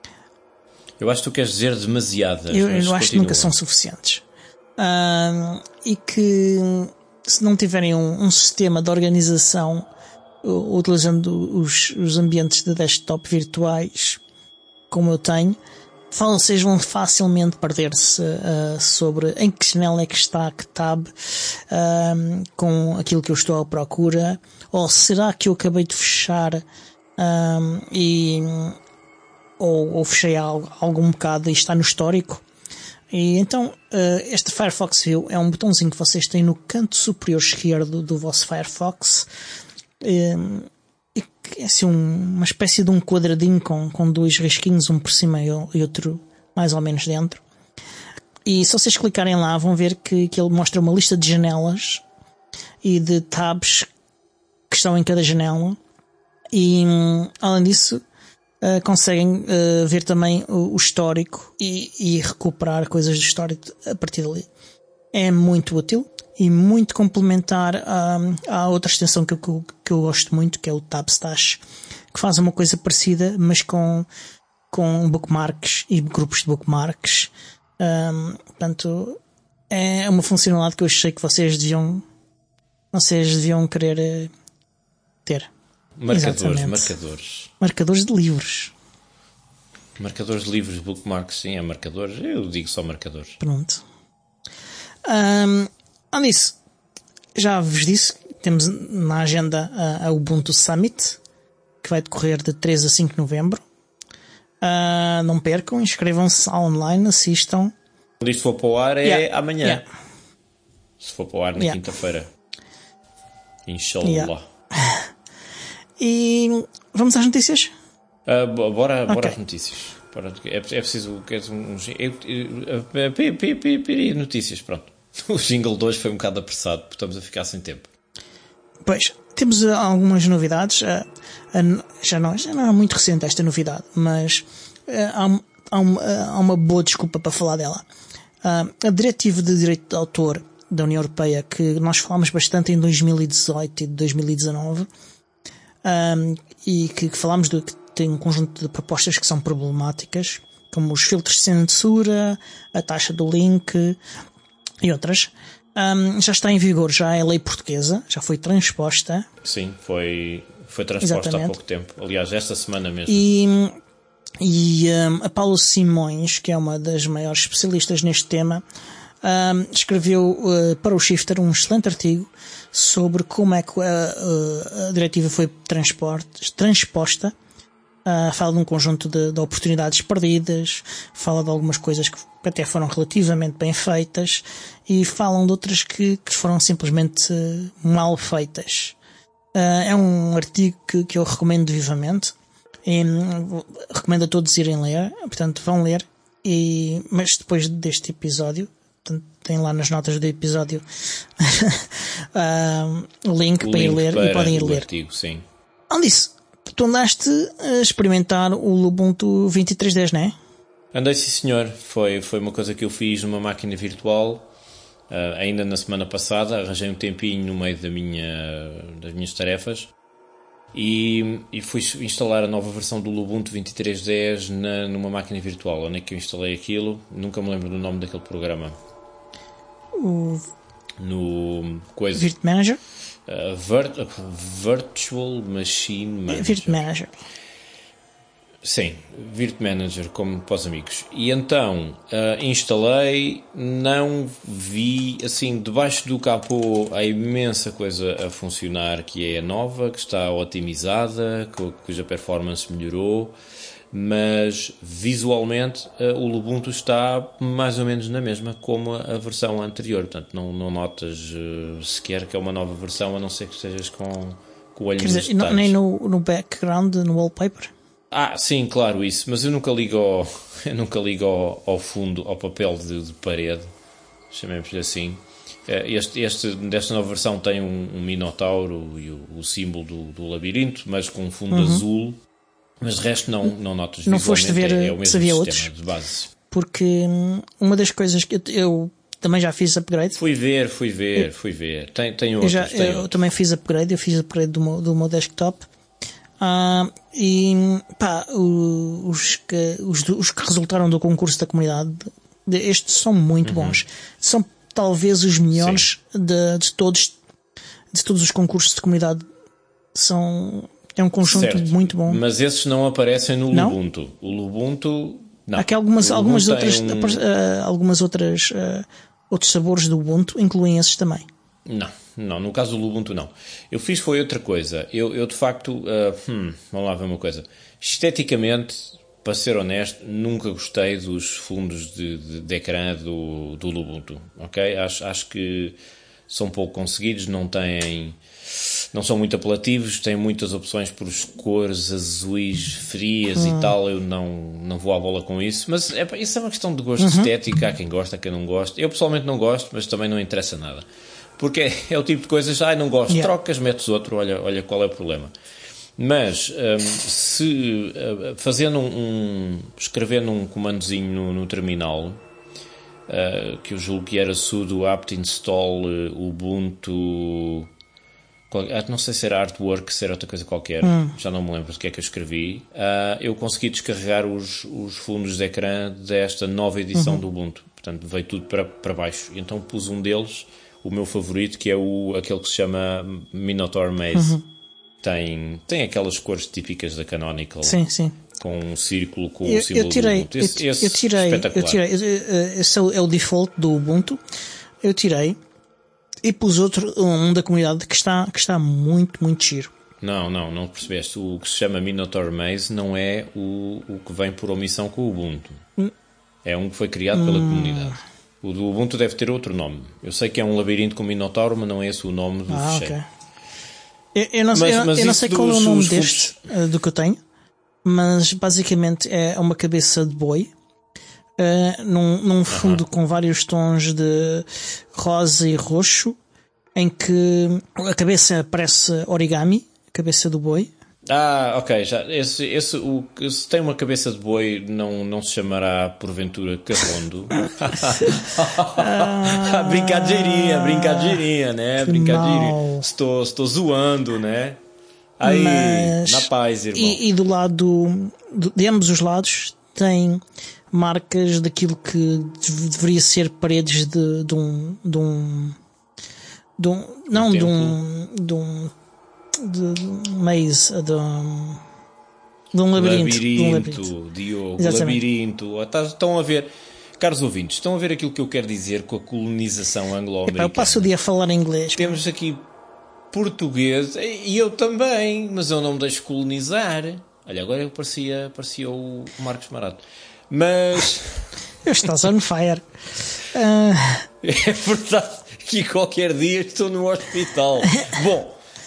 Eu acho que tu queres dizer demasiadas. Eu, eu acho continua. que nunca são suficientes. Um, e que se não tiverem um, um sistema de organização uh, utilizando os, os ambientes de desktop virtuais, como eu tenho, vocês vão facilmente perder-se uh, sobre em que janela é que está, que tab, uh, com aquilo que eu estou à procura, ou será que eu acabei de fechar uh, e, ou, ou fechei algo, algum bocado e está no histórico. E então uh, este Firefox View é um botãozinho que vocês têm no canto superior esquerdo do vosso Firefox, uh, é assim um, uma espécie de um quadradinho com, com dois risquinhos, um por cima e outro mais ou menos dentro. E se vocês clicarem lá vão ver que, que ele mostra uma lista de janelas e de tabs que estão em cada janela, e além disso uh, conseguem uh, ver também o, o histórico e, e recuperar coisas do histórico a partir dali. É muito útil e muito complementar à, à outra extensão que eu, que eu gosto muito, que é o Tabstash, que faz uma coisa parecida, mas com, com bookmarks e grupos de bookmarks. Um, portanto, é uma funcionalidade que eu achei que vocês deviam, vocês deviam querer ter. Marcadores, Exatamente. marcadores. Marcadores de livros. Marcadores de livros, bookmarks, sim, é marcadores. Eu digo só marcadores. Pronto. Um, além disso, já vos disse, temos na agenda a, a Ubuntu Summit, que vai decorrer de três a cinco de novembro. Uh, não percam, inscrevam-se online, assistam. Quando isto for para o ar é yeah. amanhã. Yeah. Se for para o ar na yeah. quinta-feira. Inshallah. Yeah. E vamos às notícias? Uh, bora, okay. bora às notícias. Bora, é, é preciso. Um, um, notícias, pronto. O jingle de hoje foi um bocado apressado, porque estamos a ficar sem tempo. Pois, temos uh, algumas novidades. Uh, uh, já, não, já não é muito recente esta novidade, mas uh, há, há, uma, uh, há uma boa desculpa para falar dela. Uh, a Diretiva de Direito de Autor da União Europeia, que nós falámos bastante em dois mil e dezoito e dois mil e dezanove, um, e que, que falámos de que tem um conjunto de propostas que são problemáticas, como os filtros de censura, a taxa do link e outras. Um, já está em vigor, já é lei portuguesa, já foi transposta. Sim, foi, foi transposta Exatamente. Há pouco tempo. Aliás, esta semana mesmo. E, e um, a Paula Simões, que é uma das maiores especialistas neste tema, um, escreveu uh, para o Shifter um excelente artigo sobre como é que a, a diretiva foi transposta. Uh, fala de um conjunto de, de oportunidades perdidas, fala de algumas coisas que até foram relativamente bem feitas e falam de outras que, que foram simplesmente uh, mal feitas. Uh, é um artigo que, que eu recomendo vivamente. E, um, recomendo a todos irem ler. Portanto, vão ler. E, mas depois deste episódio, portanto, tem lá nas notas do episódio uh, o link o para link ir ler para e podem ir o ler. Artigo, sim. Além disso, tu andaste a experimentar o Ubuntu vinte e três dez, não é? Andei, sim senhor. Foi, foi uma coisa que eu fiz numa máquina virtual. Uh, ainda na semana passada arranjei um tempinho no meio da minha, das minhas tarefas e, e fui instalar a nova versão do Ubuntu vinte e três dez na, numa máquina virtual. Onde é que eu instalei aquilo? Nunca me lembro do nome daquele programa. O no coisa Virt Manager? Uh, Virt, uh, Virtual Machine Manager. Virt Manager. Sim, Virt Manager, como para os amigos. E então, uh, instalei, não vi, assim, debaixo do capô há imensa coisa a funcionar que é nova, que está otimizada, cuja performance melhorou, mas visualmente uh, o Ubuntu está mais ou menos na mesma como a versão anterior. Portanto, não, não notas uh, sequer que é uma nova versão, a não ser que estejas com, com o olho Quer nos dizer, detalhes. nem no, no background, no wallpaper? Ah, sim, claro, isso, mas eu nunca ligo ao, eu nunca ligo ao, ao fundo, ao papel de, de parede, chamemos-lhe assim. Este, este, desta nova versão tem um, um minotauro e o, o símbolo do, do labirinto, mas com um fundo uhum. azul, mas de resto não, não notas não visualmente, foste ver é, é o mesmo se havia sistema outros? de base. Porque uma das coisas que eu, eu também já fiz upgrade. Fui ver, fui ver, fui ver. Tem, tem outros, eu já, tem eu outros. também fiz upgrade, eu fiz upgrade do meu, do meu desktop. Uh, e pá, os que, os, os que resultaram do concurso da comunidade, estes são muito uhum. bons. São talvez os melhores de, de todos, de todos os concursos de comunidade. São, é um conjunto certo. muito bom. Mas esses não aparecem no não? Ubuntu. O Ubuntu, não. Há aqui algumas, algumas outras, um... uh, algumas outras, uh, outros sabores do Ubuntu incluem esses também. Não, não, no caso do Ubuntu não. Eu fiz foi outra coisa. Eu, eu de facto, uh, hum, vamos lá ver uma coisa. Esteticamente, para ser honesto, nunca gostei dos fundos de, de, de ecrã do, do Ubuntu. Ok? Acho, acho que são pouco conseguidos, não têm, não são muito apelativos, têm muitas opções por cores azuis frias hum. e tal. Eu não, não vou à bola com isso. Mas é, isso é uma questão de gosto uhum. estético. Há quem gosta, há quem não gosta. Eu pessoalmente não gosto, mas também não interessa nada. Porque é, é o tipo de coisas, ai, não gosto, yeah. trocas, metes outro, olha, olha qual é o problema. Mas, um, se uh, fazendo um, um, escrevendo um comandozinho no, no terminal, uh, que eu julgo que era sudo apt install uh, ubuntu, qual, não sei se era artwork, se era outra coisa qualquer, hum. já não me lembro do que é que eu escrevi, uh, eu consegui descarregar os, os fundos de ecrã desta nova edição uhum. do Ubuntu. Portanto, veio tudo para, para baixo. E então pus um deles, o meu favorito, que é o, aquele que se chama Minotaur Maze. Uhum. Tem, tem aquelas cores típicas da Canonical. Sim, sim. Com um círculo com eu, o símbolo eu tirei, do Ubuntu. Esse, eu, esse eu tirei, espetacular. Eu tirei, esse é o, é o default do Ubuntu. Eu tirei e pus outro, um da comunidade que está, que está muito, muito giro. Não, não, não percebeste. O que se chama Minotaur Maze não é o, o que vem por omissão com o Ubuntu. Hum. É um que foi criado pela hum. comunidade. O do Ubuntu deve ter outro nome. Eu sei que é um labirinto com Minotauro, mas não é esse o nome do ah, fecheiro. Okay. Eu, eu não sei, mas, eu, mas eu não sei qual dos, é o nome deste, uh, do que eu tenho, mas basicamente é uma cabeça de boi, uh, num, num fundo uh-huh. com vários tons de rosa e roxo, em que a cabeça parece origami, a cabeça do boi. Ah, ok, já, esse, esse, o, se tem uma cabeça de boi não, não se chamará porventura Carrondo. ah, brincadeirinha, brincadeirinha, né? Brincadeirinha. Estou, estou zoando, né? Aí, mas, na paz, irmão. E, e do lado, de ambos os lados, tem marcas daquilo que deveria ser paredes de, de um, de um, de um não, de um, de um de maze, de um, de um labirinto, labirinto, de um labirinto. Diogo, labirinto. Estão a ver, caros ouvintes, estão a ver aquilo que eu quero dizer com a colonização anglo-americana. Eu passo o dia a falar inglês. Temos aqui português, e eu também, mas eu não me deixo colonizar. Olha, agora eu parecia, parecia o Marcos Marato. Mas... eu estás on fire. Uh... É verdade que qualquer dia estou no hospital. Bom...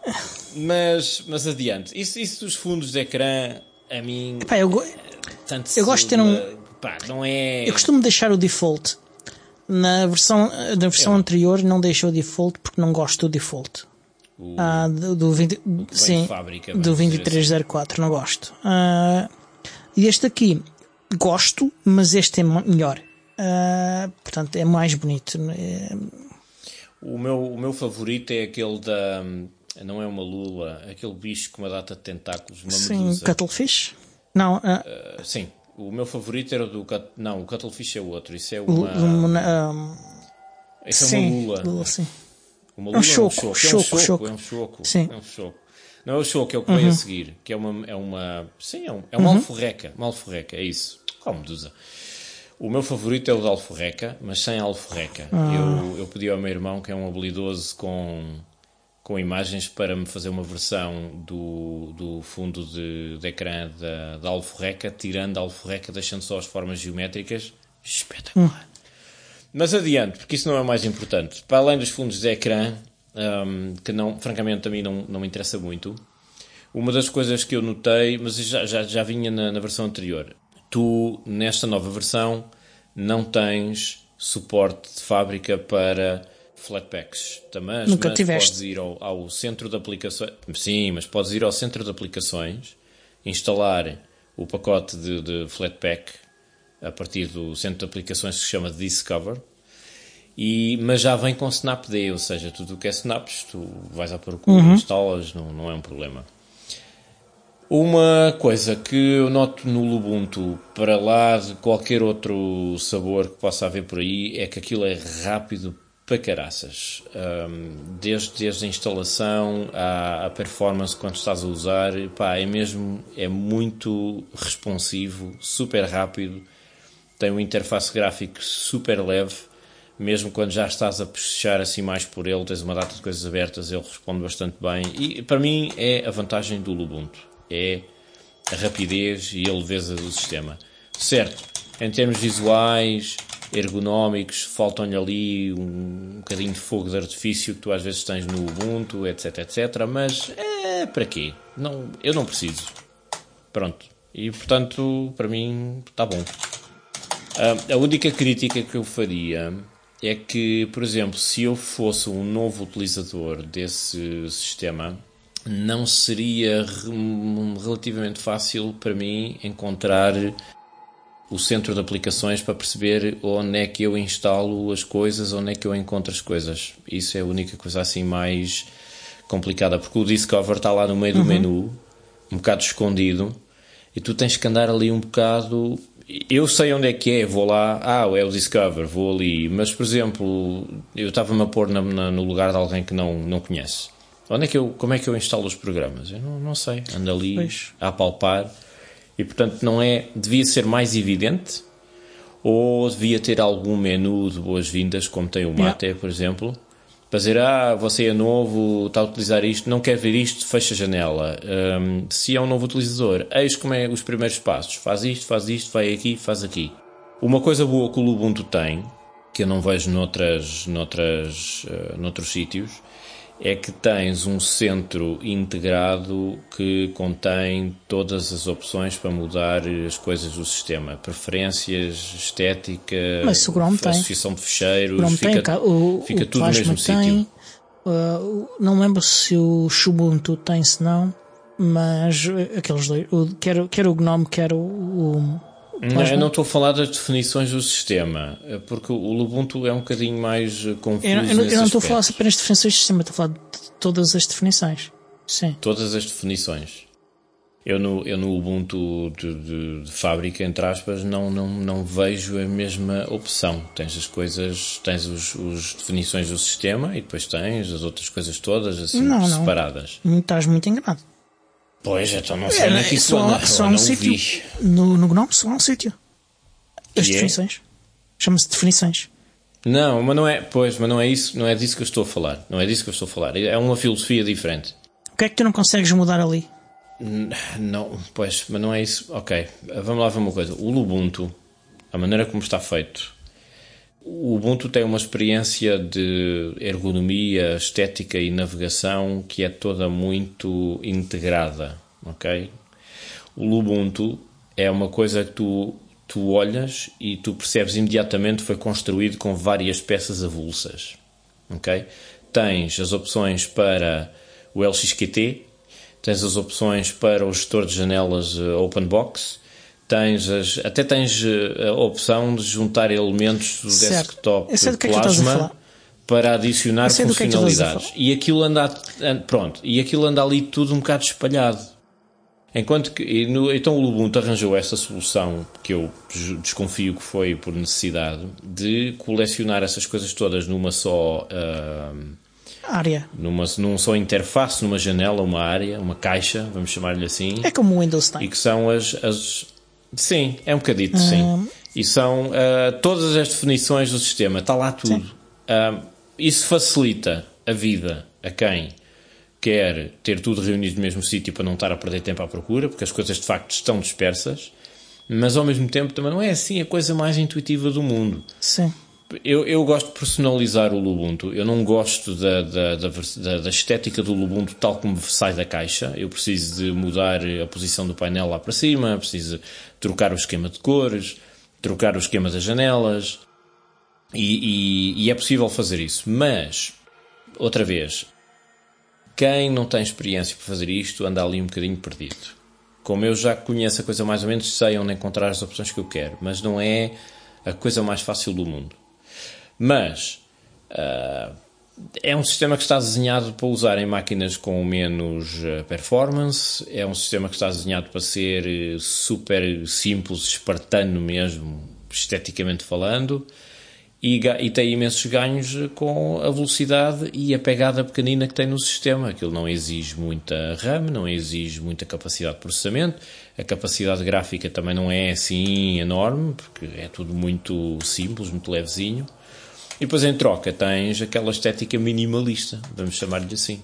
Mas, mas adiante. Isso, isso dos fundos de ecrã, a mim. Epá, eu, go... tanto eu gosto de ter um. Pá, não é. Eu costumo deixar o default. Na versão, na versão é. anterior não deixei o default porque não gosto do default. O... Ah, do, do, vinte, sim, fábrica, do vinte e três zero quatro, não gosto. Ah, e este aqui gosto, mas este é melhor. Ah, portanto, é mais bonito. É... O, meu, o meu favorito é aquele da. Não é uma lula, aquele bicho com uma data de tentáculos, uma sim, medusa. Cuttlefish? Não. Ah, uh, sim, o meu favorito era o do. Não, o Cuttlefish é outro. Isso é uma. uma. Um, isso sim, é uma lula. lula sim. Uma É um choco, é um choco, choco, é um choco, choco. é um choco, sim. é um choco. Não é o choco, é o que vem uhum. a seguir, que é uma, é uma, sim, é, um, é uma uhum. alforreca, uma alforreca, é isso. Qual medusa? O meu favorito é o da alforreca, mas sem alforreca. Ah. Eu, eu pedi ao meu irmão, que é um habilidoso com, com imagens, para me fazer uma versão do, do fundo de, de ecrã da, da alforreca, tirando a alforreca, deixando só as formas geométricas. Espetacular. Hum. Mas adiante, porque isso não é o mais importante. Para além dos fundos de ecrã, um, que não, francamente a mim não, não me interessa muito, uma das coisas que eu notei, mas já, já, já vinha na, na versão anterior, tu nesta nova versão não tens suporte de fábrica para Flatpaks. Mas, Nunca mas tiveste. Podes ir ao, ao centro de aplicações. Sim, mas podes ir ao centro de aplicações, instalar o pacote de, de Flatpak a partir do centro de aplicações que se chama Discover, e, mas já vem com Snapd, ou seja, tudo o que é Snaps, tu vais à procura, uhum. instalas, não, não é um problema. Uma coisa que eu noto no Ubuntu, para lá de qualquer outro sabor que possa haver por aí, é que aquilo é rápido para caraças. Um, desde, desde a instalação à, à performance quando estás a usar, pá, é mesmo, é muito responsivo, super rápido. Tem um interface gráfico super leve, mesmo quando já estás a puxar assim mais por ele, tens uma data de coisas abertas, ele responde bastante bem. E para mim é a vantagem do Ubuntu, é a rapidez e a leveza do sistema. Certo, em termos visuais, ergonómicos, faltam-lhe ali um bocadinho de fogo de artifício que tu às vezes tens no Ubuntu, etc, etc, mas é para quê? Não, eu não preciso. Pronto. E portanto, para mim, está bom. A única crítica que eu faria é que, por exemplo, se eu fosse um novo utilizador desse sistema, não seria relativamente fácil para mim encontrar o centro de aplicações para perceber onde é que eu instalo as coisas, onde é que eu encontro as coisas. Isso é a única coisa assim mais complicada, porque o Discover está lá no meio do uhum. menu, um bocado escondido, e tu tens que andar ali um bocado... Eu sei onde é que é, vou lá, ah, é o Discover, vou ali, mas por exemplo, eu estava-me a pôr na, na, no lugar de alguém que não, não conhece. Onde é que eu, como é que eu instalo os programas? Eu não, não sei, ando ali pois. a apalpar, e portanto não é, devia ser mais evidente, ou devia ter algum menu de boas-vindas, como tem o Mate, yeah. por exemplo, para dizer, ah, você é novo, está a utilizar isto, não quer ver isto, fecha a janela. Um, se é um novo utilizador, eis como é os primeiros passos. Faz isto, faz isto, vai aqui, faz aqui. Uma coisa boa que o Ubuntu tem, que eu não vejo noutras, noutras, uh, noutros sítios, é que tens um centro integrado que contém todas as opções para mudar as coisas do sistema. Preferências, estética, mas o Chrome associação tem. de fecheiros, Chrome fica, tem, o, fica o tudo no mesmo tem, sítio. Uh, não lembro se o Ubuntu tem, se não, mas aqueles dois, o, quer, quer o Gnome, quer o... o Não, eu não estou a falar das definições do sistema, porque o Ubuntu é um bocadinho mais confuso. Eu, eu, eu não estou a falar aspecto. apenas de definições do sistema, estou a falar de todas as definições. Sim. Todas as definições. Eu no, eu no Ubuntu de, de, de fábrica, entre aspas, não, não, não vejo a mesma opção. Tens as coisas, tens os, os definições do sistema e depois tens as outras coisas todas assim não, não. separadas. Estás muito enganado. Pois, então não sei onde é que isso só, anda. Só um sítio. No, no Gnome só há um sítio. As que definições. É? Chama-se definições. Não, mas não é, pois, mas não é isso, não é disso que eu estou a falar. Não é disso que eu estou a falar. É uma filosofia diferente. O que é que tu não consegues mudar ali? Não, pois, mas não é isso. Ok, vamos lá ver uma coisa. O Ubuntu, a maneira como está feito, o Ubuntu tem uma experiência de ergonomia, estética e navegação que é toda muito integrada, ok? O Ubuntu é uma coisa que tu, tu olhas e tu percebes imediatamente que foi construído com várias peças avulsas, ok? Tens as opções para o L X Q T, tens as opções para o gestor de janelas OpenBox, tens as, até tens a opção de juntar elementos do certo. desktop que Plasma é para adicionar funcionalidades. Que é e aquilo anda pronto, e aquilo anda ali tudo um bocado espalhado. Enquanto que e no, então o Ubuntu arranjou essa solução, que eu desconfio que foi por necessidade, de colecionar essas coisas todas numa só uh, área, numa, num só interface, numa janela, uma área, uma caixa, vamos chamar-lhe assim. É como o Windows tem. E que são as, as sim, é um bocadito, sim. Um... E são uh, todas as definições do sistema, está lá tudo. Uh, isso facilita a vida a quem quer ter tudo reunido no mesmo sítio para não estar a perder tempo à procura, porque as coisas de facto estão dispersas, mas ao mesmo tempo também não é assim a coisa mais intuitiva do mundo. Sim. Eu, eu gosto de personalizar o Ubuntu. Eu não gosto da, da, da, da estética do Ubuntu tal como sai da caixa. Eu preciso de mudar a posição do painel lá para cima, preciso trocar o esquema de cores, trocar o esquema das janelas, e, e, e é possível fazer isso. Mas, outra vez, quem não tem experiência para fazer isto anda ali um bocadinho perdido. Como eu já conheço a coisa mais ou menos, sei onde encontrar as opções que eu quero, mas não é a coisa mais fácil do mundo. Mas uh, é um sistema que está desenhado para usar em máquinas com menos uh, performance, é um sistema que está desenhado para ser uh, super simples, espartano mesmo, esteticamente falando, e, e tem imensos ganhos com a velocidade e a pegada pequenina que tem no sistema. Aquilo não exige muita RAM, não exige muita capacidade de processamento, a capacidade gráfica também não é assim enorme, porque é tudo muito simples, muito levezinho. E depois em troca tens aquela estética minimalista, vamos chamar-lhe assim.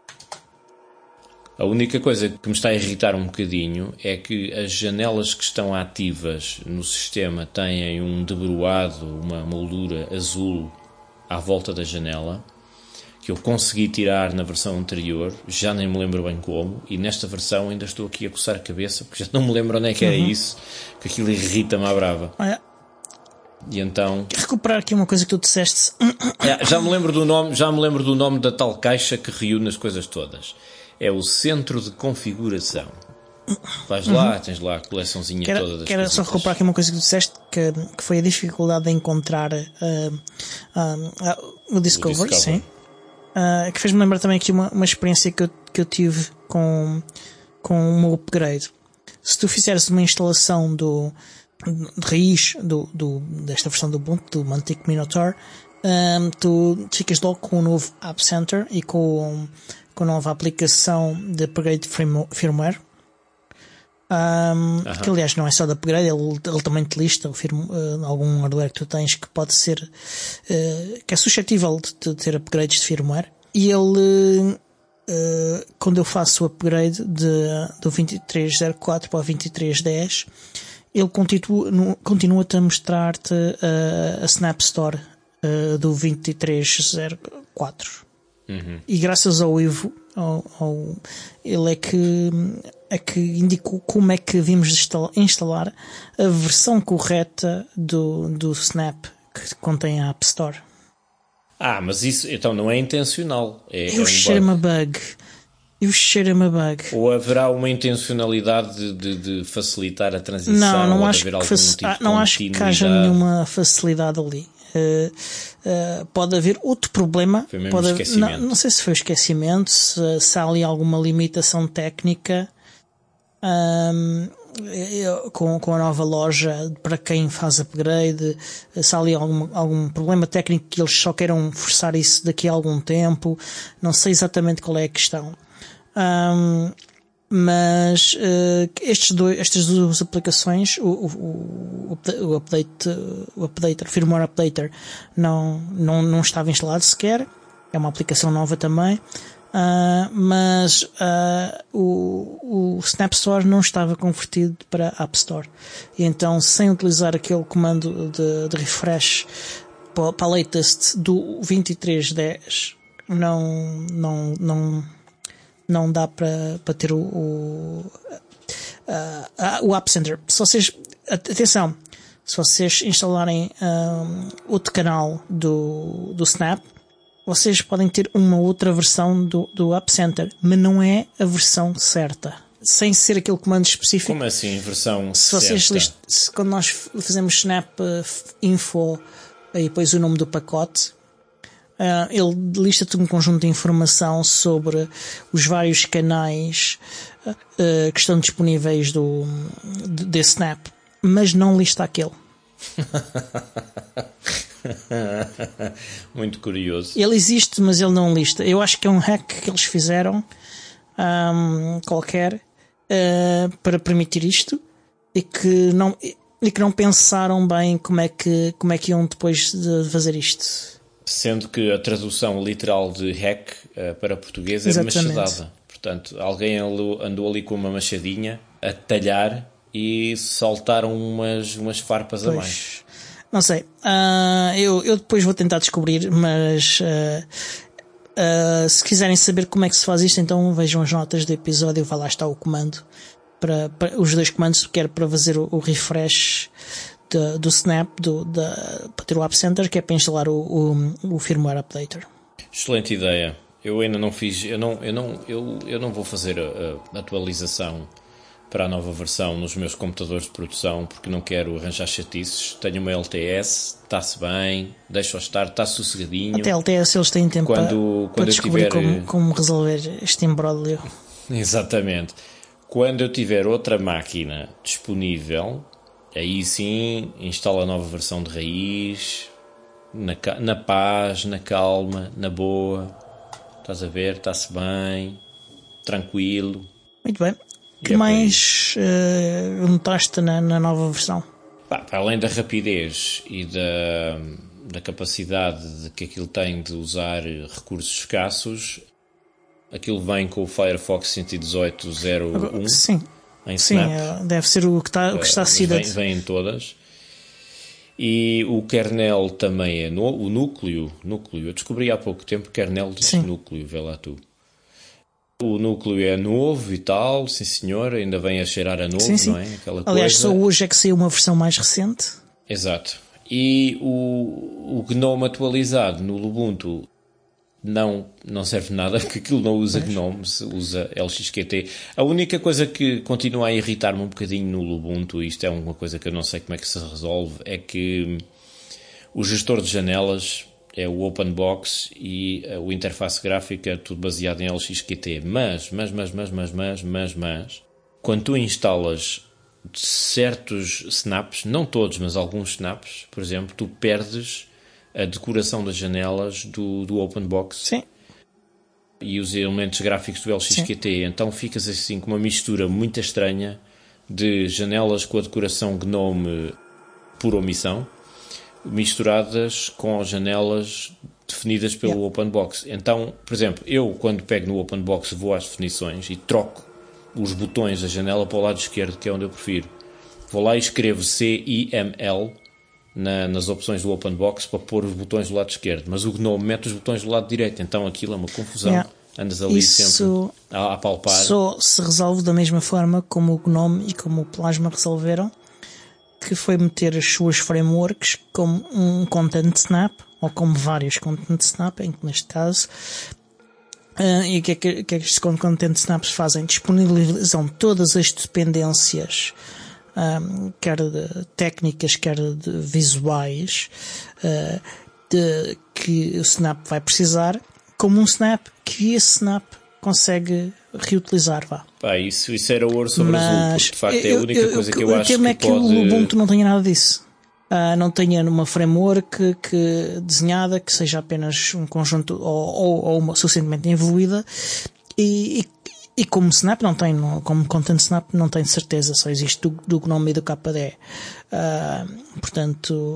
A única coisa que me está a irritar um bocadinho é que as janelas que estão ativas no sistema têm um debruado, uma moldura azul à volta da janela, que eu consegui tirar na versão anterior, já nem me lembro bem como, e nesta versão ainda estou aqui a coçar a cabeça, porque já não me lembro onde é que era uhum. isso, que aquilo irrita-me à brava. Olha. E então recuperar aqui uma coisa que tu disseste. É, já me lembro do nome, já me lembro do nome da tal caixa que reúne as coisas todas. É o Centro de Configuração. Vais lá, uhum. tens lá a coleçãozinha quero, toda das Quero coisitas. só recuperar aqui uma coisa que tu disseste, que, que foi a dificuldade de encontrar uh, uh, uh, o Discover, o Discover. Sim. Uh, que fez-me lembrar também aqui uma, uma experiência que eu, que eu tive com, com o meu upgrade. Se tu fizeres uma instalação do de raiz do, do, desta versão do Ubuntu, do Mantic Minotaur, um, tu ficas logo com o novo App Center e com, com a nova aplicação de upgrade de firmware. Um, uh-huh. Que aliás não é só de upgrade, ele, ele também te lista o firm, uh, algum hardware que tu tens que pode ser uh, que é suscetível de, de ter upgrades de firmware. E ele uh, quando eu faço o upgrade de, do vinte e três zero quatro para o vinte e três dez, ele continua, continua-te a mostrar-te uh, a Snap Store uh, do vinte e três zero quatro. Uhum. E graças ao Ivo, ao, ao, ele é que, é que indicou como é que devíamos instalar, instalar a versão correta do, do Snap que contém a App Store. Ah, mas isso então não é intencional. É, Eu é um cheiro-me a bug. Eu cheiro-me a bug. Ou haverá uma intencionalidade de, de, de facilitar a transição? Não, não ou acho, de haver que, algum faci- tipo ah, não de acho que haja nenhuma facilidade ali. Uh, uh, pode haver outro problema. Foi mesmo pode esquecimento. Haver, não, não sei se foi esquecimento, se, se há ali alguma limitação técnica um, com, com a nova loja para quem faz upgrade, se há ali algum, algum problema técnico que eles só queiram forçar isso daqui a algum tempo. Não sei exatamente qual é a questão. Um, mas uh, estes dois, estas duas aplicações, o, o, o update, o updater, o firmware updater, não, não, não estava instalado sequer. É uma aplicação nova também, uh, mas uh, o, o Snap Store não estava convertido para App Store. E então, sem utilizar aquele comando de, de refresh para, para a latest do vinte e três dez não, não, não, não dá para, para ter o, o, uh, o App Center. Se vocês, atenção, se vocês instalarem um, outro canal do, do Snap, vocês podem ter uma outra versão do, do App Center, mas não é a versão certa. Sem ser aquele comando específico. Como assim, versão se vocês certa? List, se, quando nós fazemos Snap uh, Info e depois o nome do pacote, uh, ele lista-te um conjunto de informação sobre os vários canais uh, uh, que estão disponíveis do, de, de Snap, mas não lista aquele. Muito curioso. Ele existe, mas ele não lista. Eu acho que é um hack que eles fizeram um, qualquer uh, para permitir isto e que não e que não pensaram bem como é que como é que iam depois de fazer isto. Sendo que a tradução literal de hack uh, para português é machadada. Portanto, alguém andou ali com uma machadinha a talhar e saltaram umas, umas farpas pois. a mais. Não sei. Uh, eu, eu depois vou tentar descobrir, mas uh, uh, se quiserem saber como é que se faz isto, então vejam as notas do episódio. Vai lá estar o comando. Para, para, os dois comandos, quer para fazer o, o refresh de, do Snap, do, da, para ter o App Center, que é para instalar o, o, o firmware updater. Excelente ideia. Eu ainda não fiz, eu não, eu não, eu, eu não vou fazer a, a atualização para a nova versão nos meus computadores de produção, porque não quero arranjar chatices. Tenho uma L T S, está-se bem, deixa-o estar, está sossegadinho. Até a L T S eles têm tempo quando, para, quando para descobrir tiver... como, como resolver este imbróglio. Exatamente. Quando eu tiver outra máquina disponível, aí sim instalo a nova versão de raiz, na, na paz, na calma, na boa. Estás a ver, está-se bem, tranquilo. Muito bem. O que é mais uh, notaste na, na nova versão? Pá, para além da rapidez e da, da capacidade de que aquilo tem de usar recursos escassos, aquilo vem com o Firefox cento e dezoito ponto zero um sim, em sim, Snap. Deve ser o que está, o que está vem, vem em todas. E o kernel também é no, o núcleo, núcleo. Eu descobri há pouco tempo kernel diz núcleo, vê lá tu. O núcleo é novo e tal, sim senhor, ainda vem a cheirar a novo, sim, sim. Não é? Aquela Aliás, coisa. só hoje é que saiu uma versão mais recente. Exato. E o, o GNOME atualizado no Ubuntu não, não serve nada, porque aquilo não usa pois. GNOME, usa L X Q T. A única coisa que continua a irritar-me um bocadinho no Ubuntu, isto é uma coisa que eu não sei como é que se resolve, é que o gestor de janelas é o OpenBox e o interface gráfica é tudo baseado em L X Q T. Mas, mas, mas, mas, mas, mas, mas, mas, quando tu instalas certos snaps, não todos, mas alguns snaps, por exemplo, tu perdes a decoração das janelas do, do OpenBox. Sim. E os elementos gráficos do L X Q T. Sim. Então ficas assim com uma mistura muito estranha de janelas com a decoração GNOME por omissão, misturadas com janelas definidas pelo yeah. OpenBox. Então, por exemplo, eu quando pego no OpenBox vou às definições e troco os botões da janela para o lado esquerdo, que é onde eu prefiro. Vou lá e escrevo C I M L na, nas opções do OpenBox para pôr os botões do lado esquerdo, mas o GNOME mete os botões do lado direito, então aquilo é uma confusão. Yeah. Andas ali Isso sempre a, a palpar. Só se resolve da mesma forma como o GNOME e como o Plasma resolveram, que foi meter as suas frameworks como um Content Snap, ou como vários Content Snap, em que neste caso, uh, e o que é que, que, é que estes Content Snaps fazem? Disponibilizam todas as dependências, um, quer de técnicas, quer de visuais, uh, de, que o Snap vai precisar, como um Snap que esse Snap consegue reutilizar, vá. Pá, isso, isso era ouro sobre azul, porque de facto é a única eu, coisa eu, que eu eu, acho que, que é que pode... o Ubuntu não tenha nada disso. Uh, não tenha uma framework que, desenhada que seja apenas um conjunto ou, ou, ou uma suficientemente evoluída e, e, e como Snap não tem, como Content Snap não tem certeza, só existe do, do GNOME e do K D E. Uh, portanto,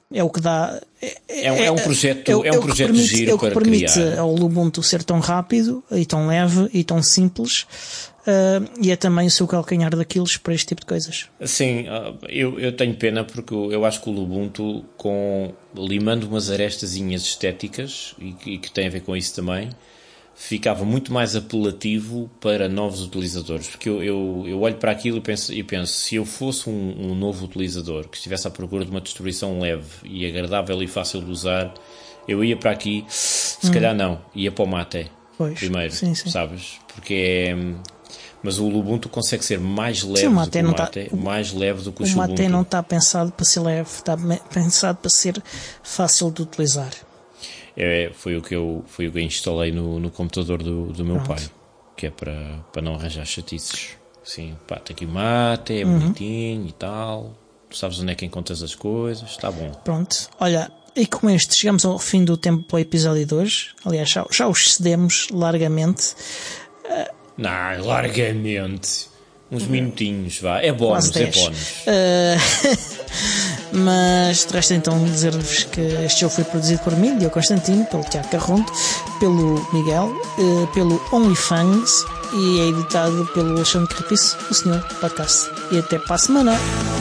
É o que dá. É, é, é um projeto, é, é um projeto permite, giro é o que para permite criar. ao Ubuntu ser tão rápido e tão leve e tão simples, uh, e é também o seu calcanhar daqueles para este tipo de coisas. Sim, eu, eu tenho pena porque eu acho que o Ubuntu, com, limando umas arestazinhas estéticas e, e que tem a ver com isso também, ficava muito mais apelativo para novos utilizadores, porque eu, eu, eu olho para aquilo e penso, e penso se eu fosse um, um novo utilizador que estivesse à procura de uma distribuição leve e agradável e fácil de usar, eu ia para aqui, se hum. calhar não, ia para o Mate pois, primeiro, sim, sim. sabes? Porque é... Mas o Ubuntu consegue ser mais leve sim, o do que o Mate, tá, mais leve do que o, o Ubuntu. O Mate não está pensado para ser leve, está pensado para ser fácil de utilizar. É, foi o que eu foi o que eu instalei no, no computador do, do meu Pronto. pai, que é para, para não arranjar chatices. Sim, pá, tem aqui o Mate, é uhum. bonitinho e tal, tu sabes onde é que encontras as coisas, está bom. Pronto, olha, e com este chegamos ao fim do tempo para o episódio de hoje. Aliás, já, já os cedemos largamente. Uh, não, largamente. Uns minutinhos, vá. É bónus, é bónus. Uh, mas resta então dizer-vos que este jogo foi produzido por mim, Diogo Constantino, pelo Tiago Carronto, pelo Miguel, uh, pelo OnlyFans e é editado pelo Alexandre Carpiço, o senhor podcast. E até para a semana.